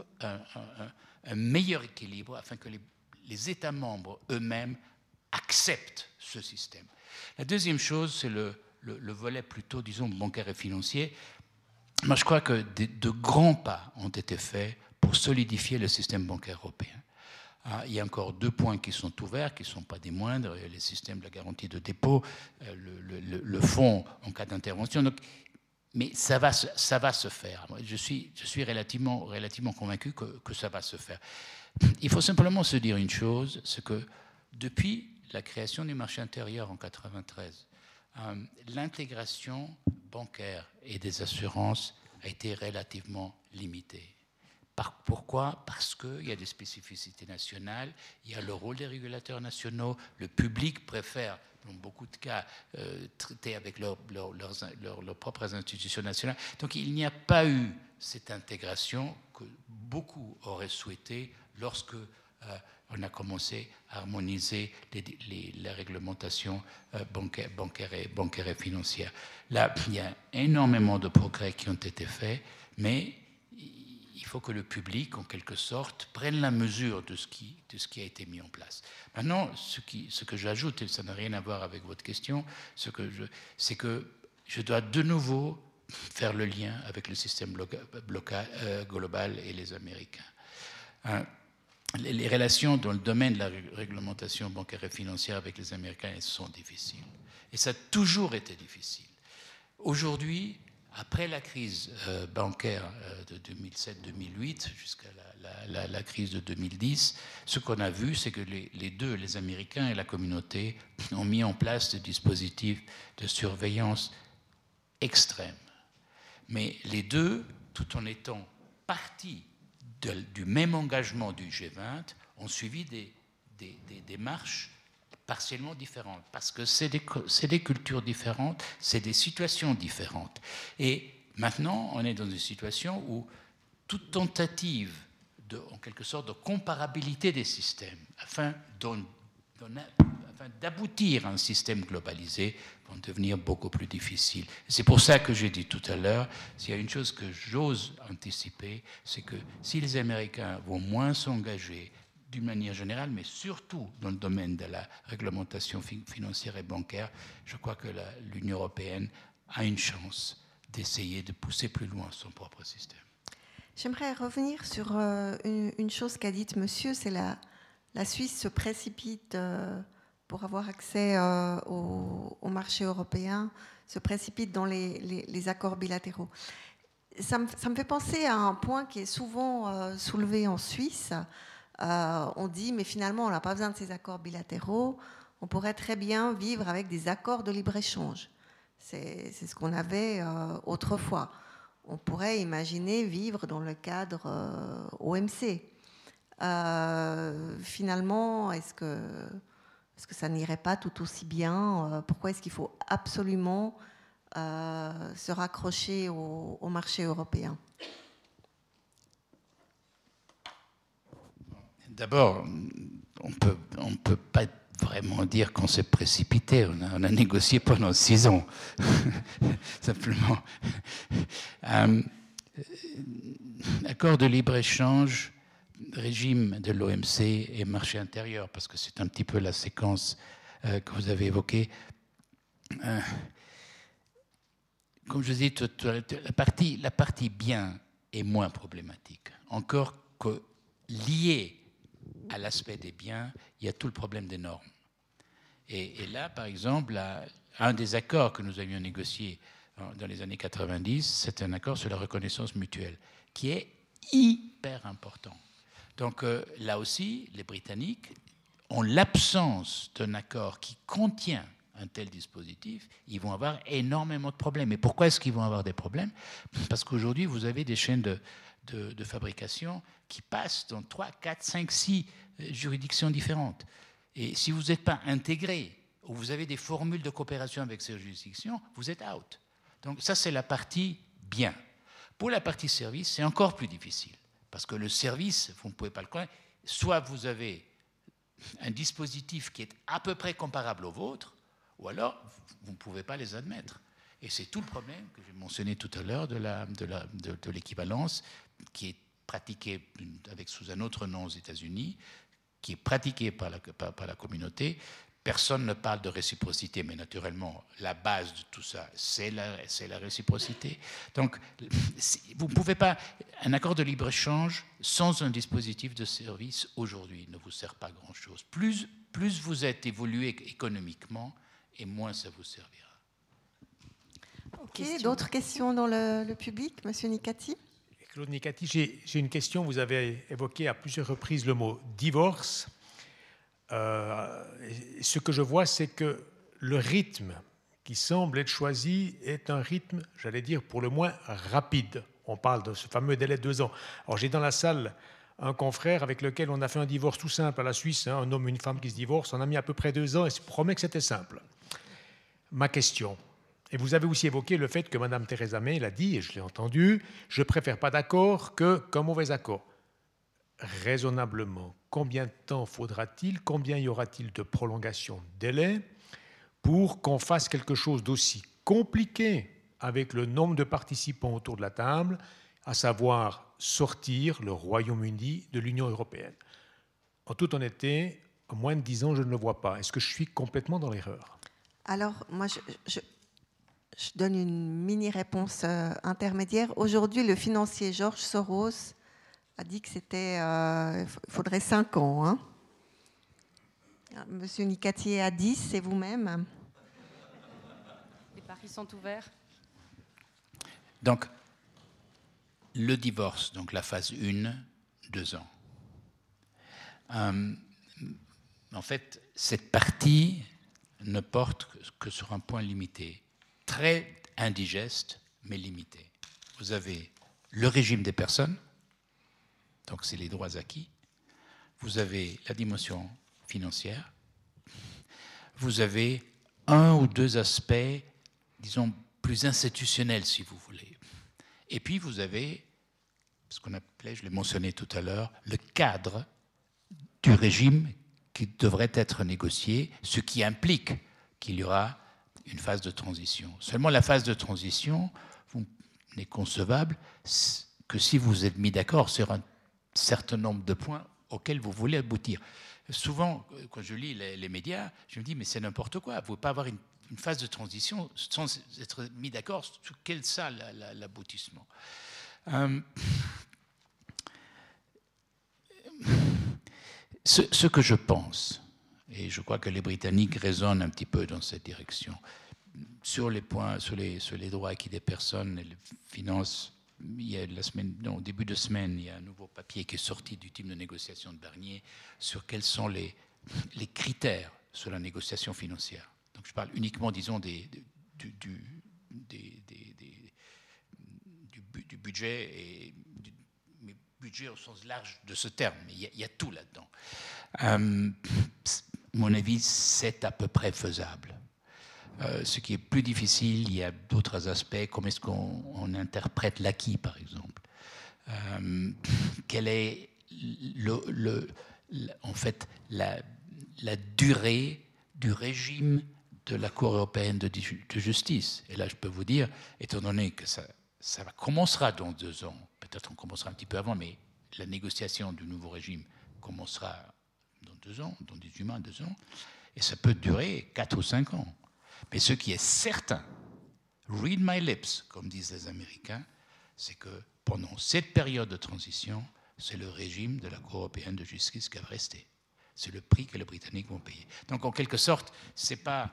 un meilleur équilibre afin que les États membres eux-mêmes acceptent ce système. La deuxième chose, c'est le volet plutôt, disons, bancaire et financier. Moi, je crois que de grands pas ont été faits pour solidifier le système bancaire européen. Il y a encore 2 points qui sont ouverts, qui ne sont pas des moindres, les systèmes de la garantie de dépôt, le fonds en cas d'intervention. Donc, mais ça va se faire. Je suis relativement convaincu que ça va se faire. Il faut simplement se dire une chose, c'est que depuis la création du marché intérieur en 1993, l'intégration bancaire et des assurances a été relativement limitée. Pourquoi ? Parce qu'il y a des spécificités nationales, il y a le rôle des régulateurs nationaux, le public préfère, dans beaucoup de cas, traiter avec leurs propres institutions nationales. Donc il n'y a pas eu cette intégration que beaucoup auraient souhaité lorsque on a commencé à harmoniser les réglementations bancaires et financières. Là, il y a énormément de progrès qui ont été faits, mais il faut que le public, en quelque sorte, prenne la mesure de ce qui a été mis en place. Maintenant, ce que j'ajoute, et ça n'a rien à voir avec votre question, c'est que je dois de nouveau faire le lien avec le système global et les Américains. Les relations dans le domaine de la réglementation bancaire et financière avec les Américains, elles sont difficiles. Et ça a toujours été difficile. Aujourd'hui, après la crise bancaire de 2007-2008 jusqu'à la crise de 2010, ce qu'on a vu, c'est que les Américains et la communauté ont mis en place des dispositifs de surveillance extrêmes. Mais les deux, tout en étant partis du même engagement du G20, ont suivi des démarches partiellement différentes, parce que c'est des cultures différentes, c'est des situations différentes. Et maintenant, on est dans une situation où toute tentative, en quelque sorte, de comparabilité des systèmes, afin d'aboutir à un système globalisé, vont devenir beaucoup plus difficiles. C'est pour ça que j'ai dit tout à l'heure, s'il y a une chose que j'ose anticiper, c'est que si les Américains vont moins s'engager d'une manière générale, mais surtout dans le domaine de la réglementation financière et bancaire, je crois que l'Union européenne a une chance d'essayer de pousser plus loin son propre système. J'aimerais revenir sur une chose qu'a dite monsieur, c'est la Suisse se précipite pour avoir accès au marché européen, se précipite dans les accords bilatéraux. Ça me fait penser à un point qui est souvent soulevé en Suisse. On dit, mais finalement, on n'a pas besoin de ces accords bilatéraux. On pourrait très bien vivre avec des accords de libre-échange. C'est ce qu'on avait autrefois. On pourrait imaginer vivre dans le cadre OMC. Finalement, est-ce que ça n'irait pas tout aussi bien ? Pourquoi est-ce qu'il faut absolument se raccrocher au marché européen ? D'abord, on peut pas vraiment dire qu'on s'est précipité. On a négocié pendant 6 ans. Simplement. Accord de libre-échange, régime de l'OMC et marché intérieur, parce que c'est un petit peu la séquence que vous avez évoquée. Comme je dis, la partie bien est moins problématique. Encore que lié à l'aspect des biens, il y a tout le problème des normes. Et là, par exemple, un des accords que nous avions négocié dans les années 90, c'est un accord sur la reconnaissance mutuelle, qui est hyper important. Donc là aussi, les Britanniques, en l'absence d'un accord qui contient un tel dispositif, ils vont avoir énormément de problèmes. Et pourquoi est-ce qu'ils vont avoir des problèmes? Parce qu'aujourd'hui, vous avez des chaînes de fabrication qui passent dans 3, 4, 5, 6 juridictions différentes. Et si vous n'êtes pas intégré, ou vous avez des formules de coopération avec ces juridictions, vous êtes out. Donc ça, c'est la partie bien. Pour la partie service, c'est encore plus difficile. Parce que le service, vous ne pouvez pas le connaître. Soit vous avez un dispositif qui est à peu près comparable au vôtre, ou alors vous ne pouvez pas les admettre. Et c'est tout le problème que j'ai mentionné tout à l'heure de l'équivalence qui est pratiquée sous un autre nom aux États-Unis, qui est pratiquée par la communauté. Personne ne parle de réciprocité, mais naturellement, la base de tout ça, c'est la réciprocité. Donc, vous ne pouvez pas... Un accord de libre-échange sans un dispositif de service, aujourd'hui, ne vous sert pas grand-chose. Plus vous êtes évolué économiquement, et moins ça vous servira. Ok, d'autres questions dans le public? Monsieur Nicati. Claude Nicati, j'ai une question. Vous avez évoqué à plusieurs reprises le mot divorce. Ce que je vois, c'est que le rythme qui semble être choisi est un rythme, j'allais dire, pour le moins rapide. On parle de ce fameux délai de 2 ans. Alors, j'ai dans la salle un confrère avec lequel on a fait un divorce tout simple à la Suisse, un homme et une femme qui se divorcent. On a mis à peu près 2 ans et je promets que c'était simple. Ma question, et vous avez aussi évoqué le fait que Mme Theresa May l'a dit, et je l'ai entendu, je préfère pas d'accord qu'un mauvais accord. Raisonnablement, combien de temps faudra-t-il, combien y aura-t-il de prolongation de délai pour qu'on fasse quelque chose d'aussi compliqué avec le nombre de participants autour de la table, à savoir sortir le Royaume-Uni de l'Union européenne? En toute honnêteté, en moins de 10 ans, je ne le vois pas. Est-ce que je suis complètement dans l'erreur? Alors, moi, je donne une mini-réponse intermédiaire. Aujourd'hui, le financier George Soros a dit que il faudrait 5 ans. Hein. Monsieur Nicati a 10, et vous-même? Les paris sont ouverts. Donc, le divorce, donc la phase 1, 2 ans. En fait, cette partie ne porte que sur un point limité, très indigeste, mais limité. Vous avez le régime des personnes, donc c'est les droits acquis. Vous avez la dimension financière. Vous avez 1 ou 2 aspects, disons, plus institutionnels, si vous voulez. Et puis vous avez ce qu'on appelait, je l'ai mentionné tout à l'heure, le cadre du régime qui devrait être négocié, ce qui implique qu'il y aura une phase de transition. Seulement la phase de transition n'est concevable que si vous êtes mis d'accord sur un certain nombre de points auxquels vous voulez aboutir. Souvent, quand je lis les médias, je me dis, mais c'est n'importe quoi. Vous ne pouvez pas avoir une phase de transition sans être mis d'accord sur quel ça l'aboutissement. Ce que je pense, et je crois que les Britanniques raisonnent un petit peu dans cette direction, sur les points, sur les droits acquis des personnes et les finances, il y a au début de semaine, il y a un nouveau papier qui est sorti du team de négociation de Barnier sur quels sont les critères sur la négociation financière. Donc je parle uniquement, disons, du budget et du budget au sens large de ce terme. Il y a tout là-dedans. À mon avis, c'est à peu près faisable. Ce qui est plus difficile, il y a d'autres aspects, comme est-ce qu'on interprète l'acquis, par exemple. Quelle est en fait la durée du régime de la Cour européenne de justice? Et là, je peux vous dire, étant donné que ça commencera dans 2 ans, peut-être on commencera un petit peu avant, mais la négociation du nouveau régime commencera dans 2 ans, dans 18 mois, 2 ans, et ça peut durer 4 ou 5 ans. Mais ce qui est certain, read my lips, comme disent les Américains, c'est que pendant cette période de transition, c'est le régime de la Cour européenne de justice qui va rester. C'est le prix que les Britanniques vont payer. Donc, en quelque sorte, c'est pas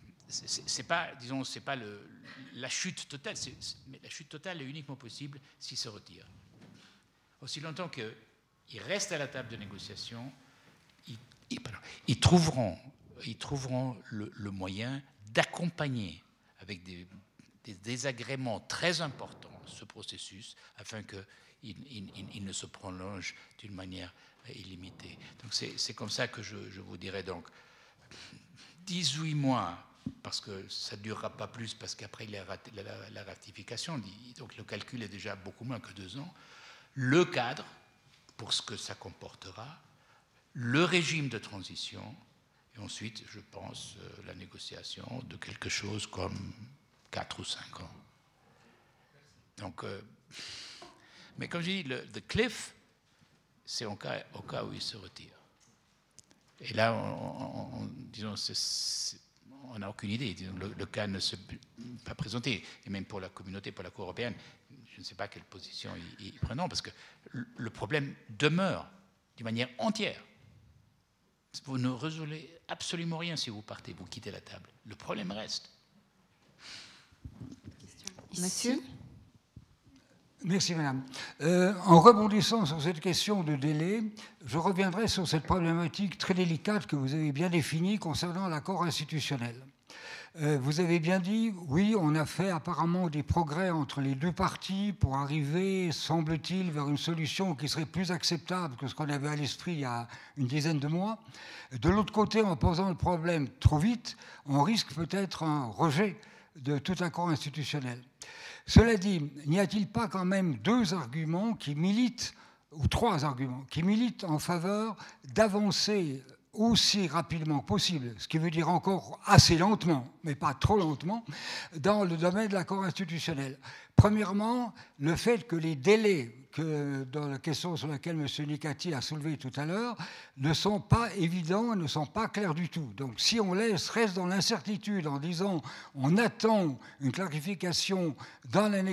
la chute totale. Mais la chute totale est uniquement possible s'ils se retirent. Aussi longtemps qu'ils restent à la table de négociation, ils trouveront le moyen d'accompagner avec des désagréments très importants ce processus afin qu'il ne se prolonge d'une manière illimitée. Donc c'est comme ça que je vous dirais donc 18 mois, parce que ça ne durera pas plus, parce qu'après la ratification, donc le calcul est déjà beaucoup moins que 2 ans, le cadre pour ce que ça comportera, le régime de transition, et ensuite, je pense, la négociation de quelque chose comme 4 ou 5 ans. Donc, mais comme je dis, le cliff, c'est au cas où il se retire. Et là, disons, on n'a aucune idée. Disons, le cas ne s'est pas présenté. Et même pour la communauté, pour la Cour européenne, je ne sais pas quelle position ils prennent, parce que le problème demeure d'une manière entière. Vous ne résolvez absolument rien si vous partez, vous quittez la table. Le problème reste. Monsieur ? Merci, madame. En rebondissant sur cette question de délai, je reviendrai sur cette problématique très délicate que vous avez bien définie concernant l'accord institutionnel. Vous avez bien dit, oui, on a fait apparemment des progrès entre les deux parties pour arriver, semble-t-il, vers une solution qui serait plus acceptable que ce qu'on avait à l'esprit il y a une dizaine de mois. De l'autre côté, en posant le problème trop vite, on risque peut-être un rejet de tout accord institutionnel. Cela dit, n'y a-t-il pas quand même 2 arguments qui militent, ou 3 arguments, qui militent en faveur d'avancer aussi rapidement que possible, ce qui veut dire encore assez lentement, mais pas trop lentement, dans le domaine de l'accord institutionnel. Premièrement, le fait que les délais, dans la question sur laquelle M. Nicati a soulevé tout à l'heure, ne sont pas évidents, ne sont pas clairs du tout. Donc si on reste dans l'incertitude en disant on attend une clarification dans la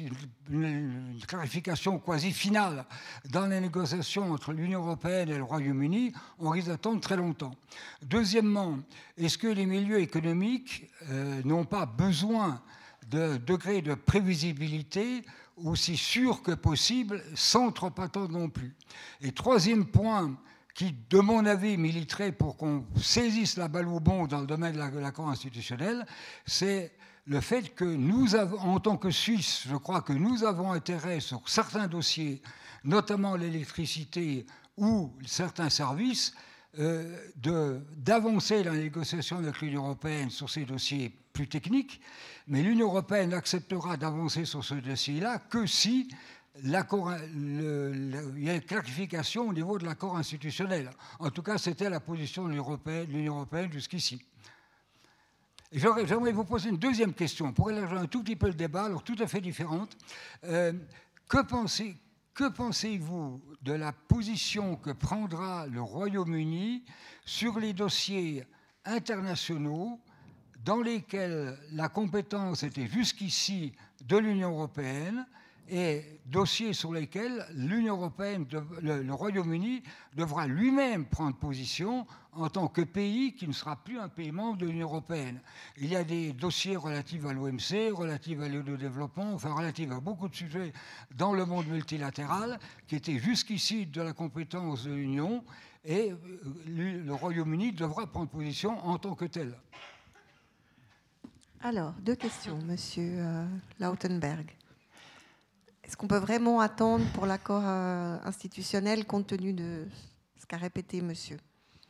une clarification quasi finale dans les négociations entre l'Union européenne et le Royaume-Uni, on risque d'attendre très longtemps. Deuxièmement, est-ce que les milieux économiques n'ont pas besoin de degré de prévisibilité aussi sûr que possible, sans trop attendre non plus. Et troisième point, qui, de mon avis, militerait pour qu'on saisisse la balle au bond dans le domaine de l'accord institutionnel, c'est le fait que nous avons, en tant que Suisse, je crois que nous avons intérêt sur certains dossiers, notamment l'électricité ou certains services, d'avancer la négociation avec l'Union européenne sur ces dossiers plus techniques, mais l'Union européenne acceptera d'avancer sur ce dossier-là que si il y a une clarification au niveau de l'accord institutionnel. En tout cas, c'était la position de l'Union européenne jusqu'ici. J'aimerais vous poser une deuxième question, pour élargir un tout petit peu le débat, alors tout à fait différente. Que pensez-vous de la position que prendra le Royaume-Uni sur les dossiers internationaux dans lesquels la compétence était jusqu'ici de l'Union européenne et dossiers sur lesquels l'Union européenne, le Royaume-Uni devra lui-même prendre position en tant que pays qui ne sera plus un pays membre de l'Union européenne. Il y a des dossiers relatifs à l'OMC, relatifs à l'aide au développement, enfin relatifs à beaucoup de sujets dans le monde multilatéral qui étaient jusqu'ici de la compétence de l'Union et le Royaume-Uni devra prendre position en tant que tel. Alors, 2 questions, Monsieur Lautenberg. Est-ce qu'on peut vraiment attendre pour l'accord institutionnel compte tenu de ce qu'a répété monsieur ?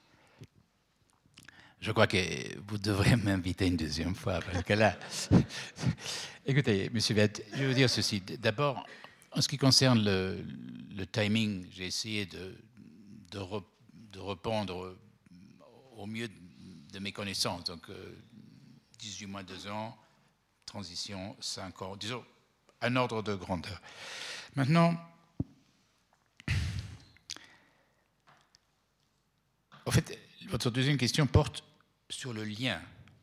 Je crois que vous devrez m'inviter une deuxième fois, parce que là... Écoutez, monsieur Vett, je vais vous dire ceci. D'abord, en ce qui concerne le timing, j'ai essayé de répondre au mieux de mes connaissances. Donc, 18 mois, 2 ans, transition, 5 ans, disons, un ordre de grandeur. Maintenant, en fait, votre deuxième question porte sur le lien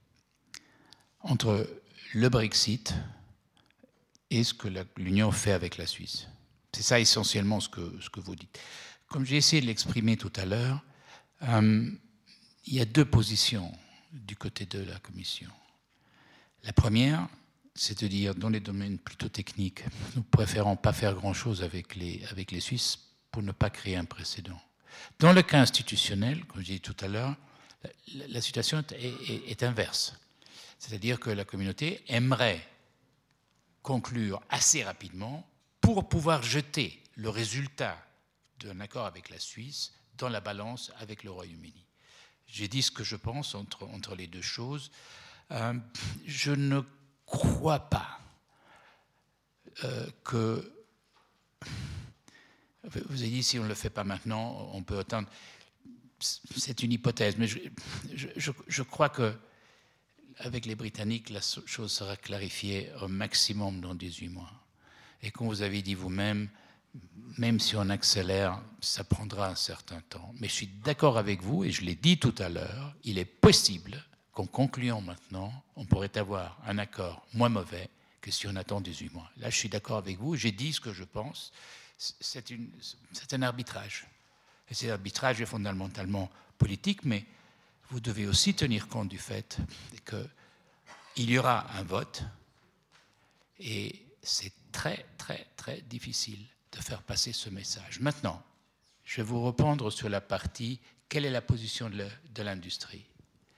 entre le Brexit et ce que l'Union fait avec la Suisse. C'est ça essentiellement ce que vous dites. Comme j'ai essayé de l'exprimer tout à l'heure, Il y a deux positions du côté de la Commission. La première, c'est de dire, dans les domaines plutôt techniques, nous préférons pas faire grand-chose avec les Suisses pour ne pas créer un précédent. Dans le cas institutionnel, comme je disais tout à l'heure, la situation est inverse. C'est-à-dire que la communauté aimerait conclure assez rapidement pour pouvoir jeter le résultat d'un accord avec la Suisse dans la balance avec le Royaume-Uni. J'ai dit ce que je pense entre les deux choses. Je ne crois pas que... Vous avez dit, si on ne le fait pas maintenant, on peut attendre. C'est une hypothèse, mais je crois qu'avec les Britanniques, la chose sera clarifiée au maximum dans 18 mois. Et comme vous avez dit vous-même, même si on accélère, ça prendra un certain temps. Mais je suis d'accord avec vous, et je l'ai dit tout à l'heure, il est possible qu'en concluant maintenant, on pourrait avoir un accord moins mauvais que si on attend 18 mois. Là, je suis d'accord avec vous, j'ai dit ce que je pense. C'est un arbitrage. Et cet arbitrage est fondamentalement politique, mais vous devez aussi tenir compte du fait qu'il y aura un vote, et c'est très, très, très difficile de faire passer ce message. Maintenant, je vais vous reprendre sur la partie « Quelle est la position de l'industrie ?»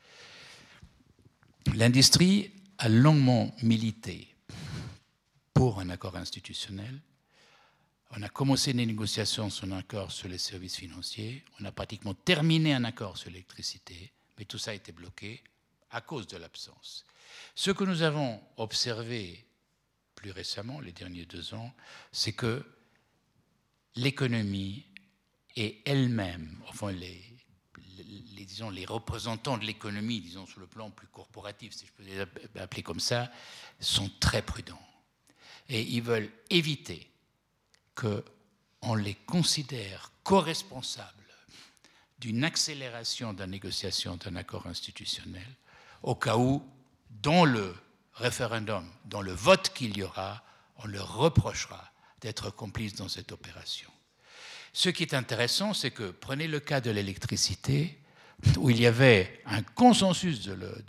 L'industrie a longuement milité pour un accord institutionnel. On a commencé des négociations sur un accord sur les services financiers. On a pratiquement terminé un accord sur l'électricité, mais tout ça a été bloqué à cause de l'absence. Ce que nous avons observé plus récemment, les derniers 2 ans, c'est que l'économie et elle-même, enfin les représentants de l'économie, disons sur le plan plus corporatif, si je peux les appeler comme ça, sont très prudents. Et ils veulent éviter qu'on les considère co-responsables d'une accélération de la négociation d'un accord institutionnel, au cas où, dans le référendum, dans le vote qu'il y aura, on leur reprochera d'être complices dans cette opération. Ce qui est intéressant, c'est que, prenez le cas de l'électricité, où il y avait un consensus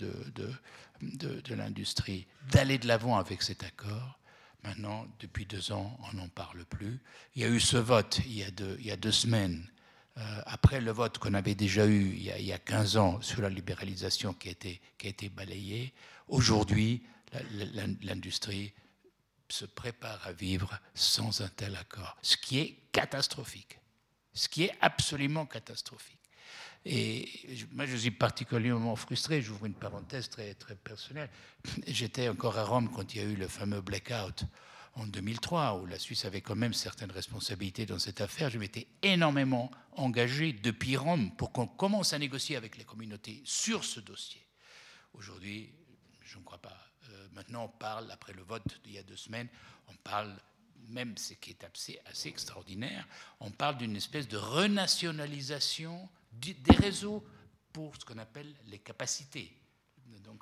de l'industrie d'aller de l'avant avec cet accord. Maintenant, depuis 2 ans, on n'en parle plus. Il y a eu ce vote il y a 2 semaines, après le vote qu'on avait déjà eu il y a 15 ans sur la libéralisation qui a été balayée. Aujourd'hui, l'industrie se prépare à vivre sans un tel accord, ce qui est catastrophique, ce qui est absolument catastrophique. Et moi, je suis particulièrement frustré, j'ouvre une parenthèse très, très personnelle. J'étais encore à Rome quand il y a eu le fameux blackout en 2003, où la Suisse avait quand même certaines responsabilités dans cette affaire. Je m'étais énormément engagé depuis Rome pour qu'on commence à négocier avec les communautés sur ce dossier. Aujourd'hui, je ne crois pas. Maintenant, on parle, après le vote d'il y a 2 semaines, on parle, même ce qui est assez extraordinaire, on parle d'une espèce de renationalisation des réseaux pour ce qu'on appelle les capacités. Donc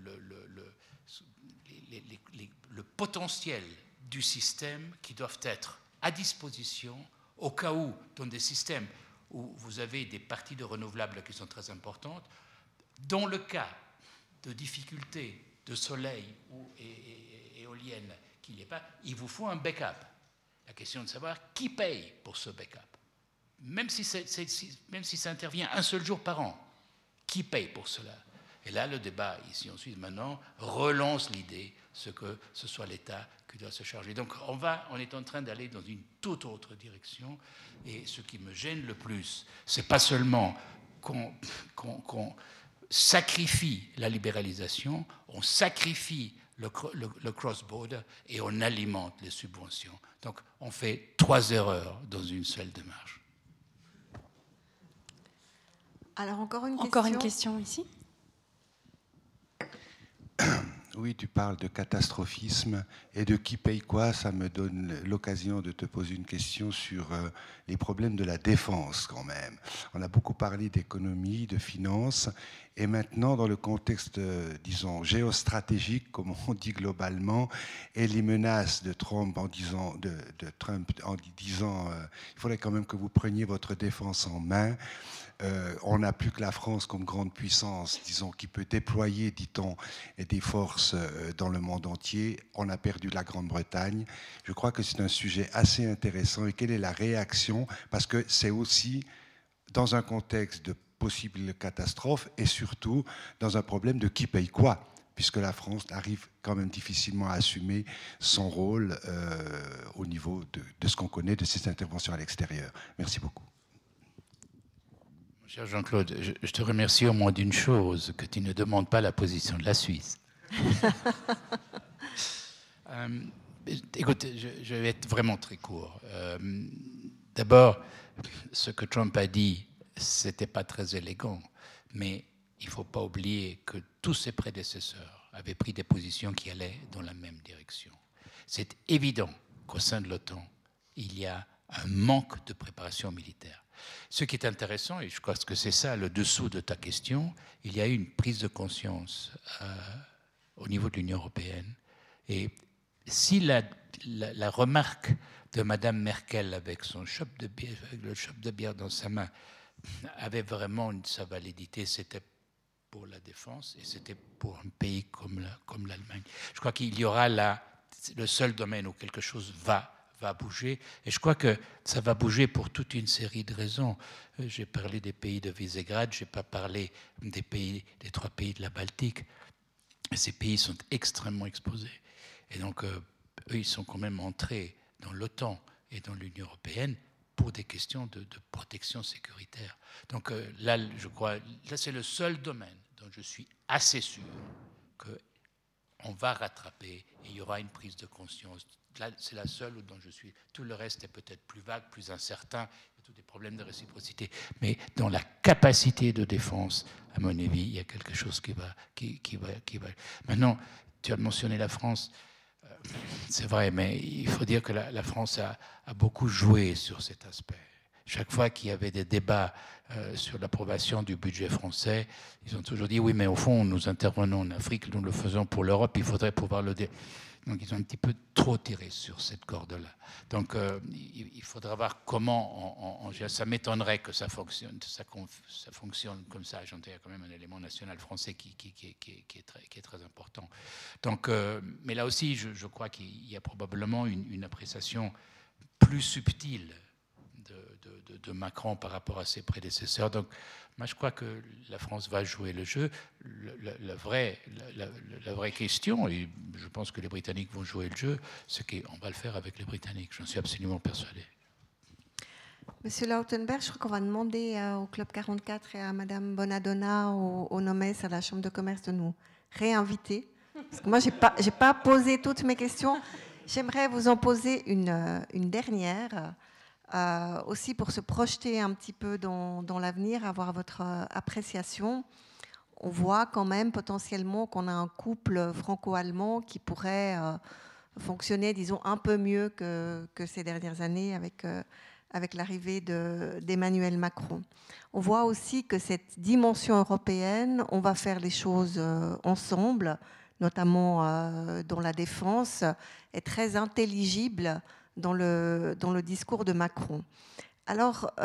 le potentiel du système qui doivent être à disposition au cas où, dans des systèmes où vous avez des parties de renouvelables qui sont très importantes, dans le cas de difficultés de soleil ou éolienne qu'il n'y ait pas, il vous faut un backup. La question de savoir qui paye pour ce backup. Même si ça intervient un seul jour par an, qui paye pour cela? Et là, le débat ici en Suisse maintenant relance l'idée que ce soit l'État qui doit se charger. Donc on est en train d'aller dans une toute autre direction. Et ce qui me gêne le plus, c'est pas seulement qu'on sacrifie la libéralisation, on sacrifie le cross-border et on alimente les subventions. Donc on fait 3 erreurs dans une seule démarche. Alors encore une question ici. Oui, tu parles de catastrophisme et de qui paye quoi. Ça me donne l'occasion de te poser une question sur les problèmes de la défense quand même. On a beaucoup parlé d'économie, de finances, et maintenant dans le contexte, disons, géostratégique, comme on dit globalement, et les menaces de Trump en disant, il faudrait quand même que vous preniez votre défense en main. on n'a plus que la France comme grande puissance, disons, qui peut déployer, dit-on, des forces dans le monde entier. On a perdu la Grande-Bretagne. Je crois que c'est un sujet assez intéressant. Et quelle est la réaction? Parce que c'est aussi dans un contexte de possible catastrophe et surtout dans un problème de qui paye quoi, puisque la France arrive quand même difficilement à assumer son rôle au niveau de ce qu'on connaît de ses interventions à l'extérieur. Merci beaucoup. Cher Jean-Claude, je te remercie au moins d'une chose, que tu ne demandes pas la position de la Suisse. Écoute, je vais être vraiment très court. D'abord, ce que Trump a dit, ce n'était pas très élégant, mais il ne faut pas oublier que tous ses prédécesseurs avaient pris des positions qui allaient dans la même direction. C'est évident qu'au sein de l'OTAN, il y a un manque de préparation militaire. Ce qui est intéressant, et je crois que c'est ça le dessous de ta question, il y a eu une prise de conscience au niveau de l'Union européenne. Et si la remarque de Mme Merkel avec son chope de bière, avec le chope de bière dans sa main avait vraiment sa validité, c'était pour la défense et c'était pour un pays comme l'Allemagne. Je crois qu'il y aura le seul domaine où quelque chose va bouger. Et je crois que ça va bouger pour toute une série de raisons. J'ai parlé des pays de Visegrad, je n'ai pas parlé des 3 pays de la Baltique. Ces pays sont extrêmement exposés. Et donc, eux, ils sont quand même entrés dans l'OTAN et dans l'Union européenne pour des questions de protection sécuritaire. Donc là, je crois, là, c'est le seul domaine dont je suis assez sûr qu'on va rattraper et il y aura une prise de conscience. Là, c'est la seule dont je suis. Tout le reste est peut-être plus vague, plus incertain. Il y a tous des problèmes de réciprocité. Mais dans la capacité de défense, à mon avis, il y a quelque chose qui va. Maintenant, tu as mentionné la France. C'est vrai, mais il faut dire que la France a beaucoup joué sur cet aspect. Chaque fois qu'il y avait des débats sur l'approbation du budget français, ils ont toujours dit oui, mais au fond, nous intervenons en Afrique, nous le faisons pour l'Europe, il faudrait pouvoir le dire. Donc ils ont un petit peu trop tiré sur cette corde-là. Donc il faudra voir comment ça m'étonnerait que ça fonctionne comme ça. Il y a quand même un élément national français qui est très important. Donc, mais là aussi, je crois qu'il y a probablement une appréciation plus subtile de Macron par rapport à ses prédécesseurs. Donc, moi, je crois que la France va jouer le jeu. La vraie question, et je pense que les Britanniques vont jouer le jeu, c'est qu'on va le faire avec les Britanniques. J'en suis absolument persuadé. Monsieur Lautenberg, je crois qu'on va demander au Club 44 et à Madame Bonadonna, au Nomes, à la Chambre de commerce, de nous réinviter. Parce que moi, j'ai pas posé toutes mes questions. J'aimerais vous en poser une dernière. Aussi pour se projeter un petit peu dans l'avenir, avoir votre appréciation. On voit quand même potentiellement qu'on a un couple franco-allemand qui pourrait fonctionner, disons, un peu mieux que ces dernières années avec l'arrivée d'Emmanuel Macron. On voit aussi que cette dimension européenne, on va faire les choses ensemble, notamment dans la défense, est très intelligible dans le discours de Macron. Alors,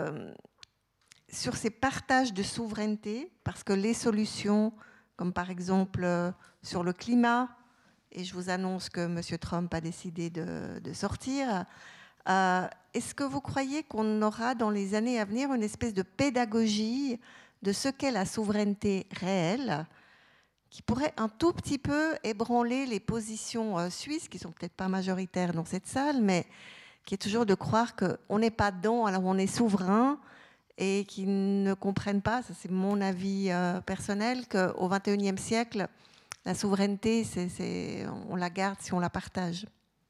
sur ces partages de souveraineté, parce que les solutions, comme par exemple sur le climat, et je vous annonce que M. Trump a décidé de sortir, est-ce que vous croyez qu'on aura dans les années à venir une espèce de pédagogie de ce qu'est la souveraineté réelle, qui pourrait un tout petit peu ébranler les positions suisses, qui ne sont peut-être pas majoritaires dans cette salle, mais qui est toujours de croire qu'on n'est pas dedans, alors on est souverain, et qui ne comprennent pas, ça c'est mon avis personnel, qu'au XXIe siècle, la souveraineté, on la garde si on la partage.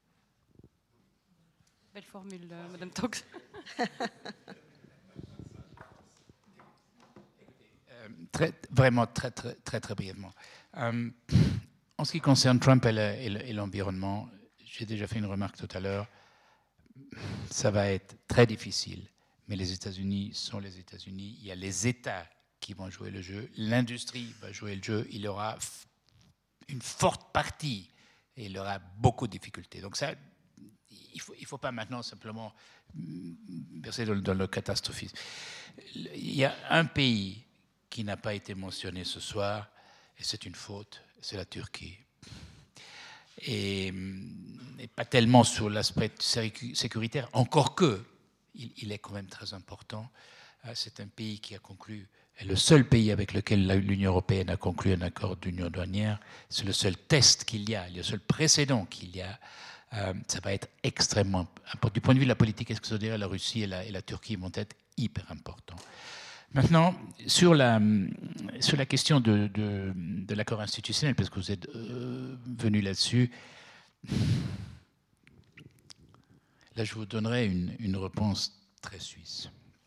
Belle formule, Madame Tonks. Vraiment très brièvement. En ce qui concerne Trump et l'environnement, j'ai déjà fait une remarque tout à l'heure, ça va être très difficile, mais les États-Unis sont les États-Unis, il y a les États qui vont jouer le jeu, l'industrie va jouer le jeu, il y aura une forte partie et il aura beaucoup de difficultés. Donc ça, il ne faut pas maintenant simplement verser dans le catastrophisme. Il y a un pays qui n'a pas été mentionné ce soir, et c'est une faute, c'est la Turquie. Et pas tellement sur l'aspect sécuritaire, encore que il est quand même très important. C'est un pays qui a conclu, est le seul pays avec lequel l'Union européenne a conclu un accord d'union douanière. C'est le seul test qu'il y a, le seul précédent qu'il y a. Ça va être extrêmement important. Du point de vue de la politique extérieure, la Russie et la Turquie vont être hyper importants. Maintenant, sur la question de l'accord institutionnel, parce que vous êtes venu là-dessus, là je vous donnerai une réponse très suisse.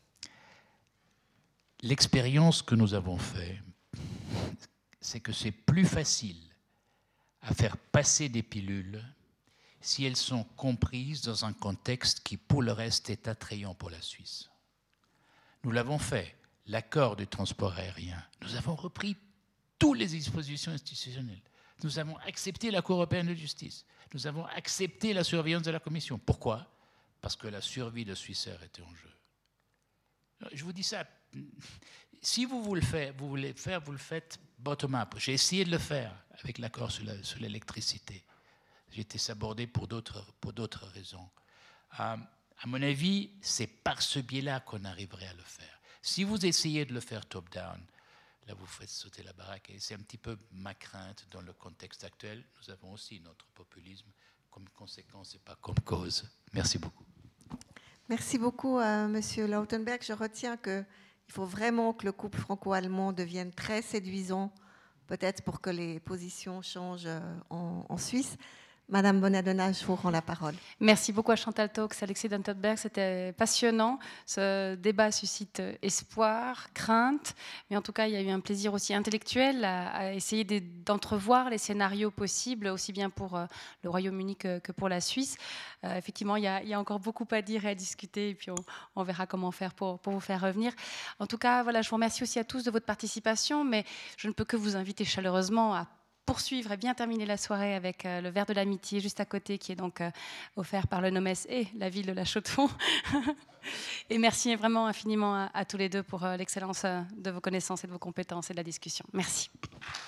L'expérience que nous avons faite, c'est que c'est plus facile à faire passer des pilules si elles sont comprises dans un contexte qui, pour le reste, est attrayant pour la Suisse. Nous l'avons fait. L'accord du transport aérien. Nous avons repris toutes les dispositions institutionnelles. Nous avons accepté la Cour européenne de justice. Nous avons accepté la surveillance de la Commission. Pourquoi ? Parce que la survie de Swissair était en jeu. Je vous dis ça. Si vous voulez le faire, vous le faites bottom-up. J'ai essayé de le faire avec l'accord sur l'électricité. J'ai été sabordé pour d'autres raisons. À mon avis, c'est par ce biais-là qu'on arriverait à le faire. Si vous essayez de le faire top-down, là vous faites sauter la baraque. Et c'est un petit peu ma crainte dans le contexte actuel. Nous avons aussi notre populisme comme conséquence et pas comme cause. Merci beaucoup. Merci beaucoup, Monsieur Lautenberg. Je retiens qu'il faut vraiment que le couple franco-allemand devienne très séduisant, peut-être pour que les positions changent en Suisse. Madame Bonadonna, je vous rends la parole. Merci beaucoup à Chantal Taux, Alexis Danterberg. C'était passionnant. Ce débat suscite espoir, crainte. Mais en tout cas, il y a eu un plaisir aussi intellectuel à essayer d'entrevoir les scénarios possibles, aussi bien pour le Royaume-Uni que pour la Suisse. Effectivement, il y a encore beaucoup à dire et à discuter. Et puis, on verra comment faire pour vous faire revenir. En tout cas, voilà, je vous remercie aussi à tous de votre participation. Mais je ne peux que vous inviter chaleureusement à poursuivre et bien terminer la soirée avec le verre de l'amitié juste à côté, qui est donc offert par le NOMES et la ville de La Chaux-de-Fonds. Et merci vraiment infiniment à tous les deux pour l'excellence de vos connaissances et de vos compétences et de la discussion. Merci.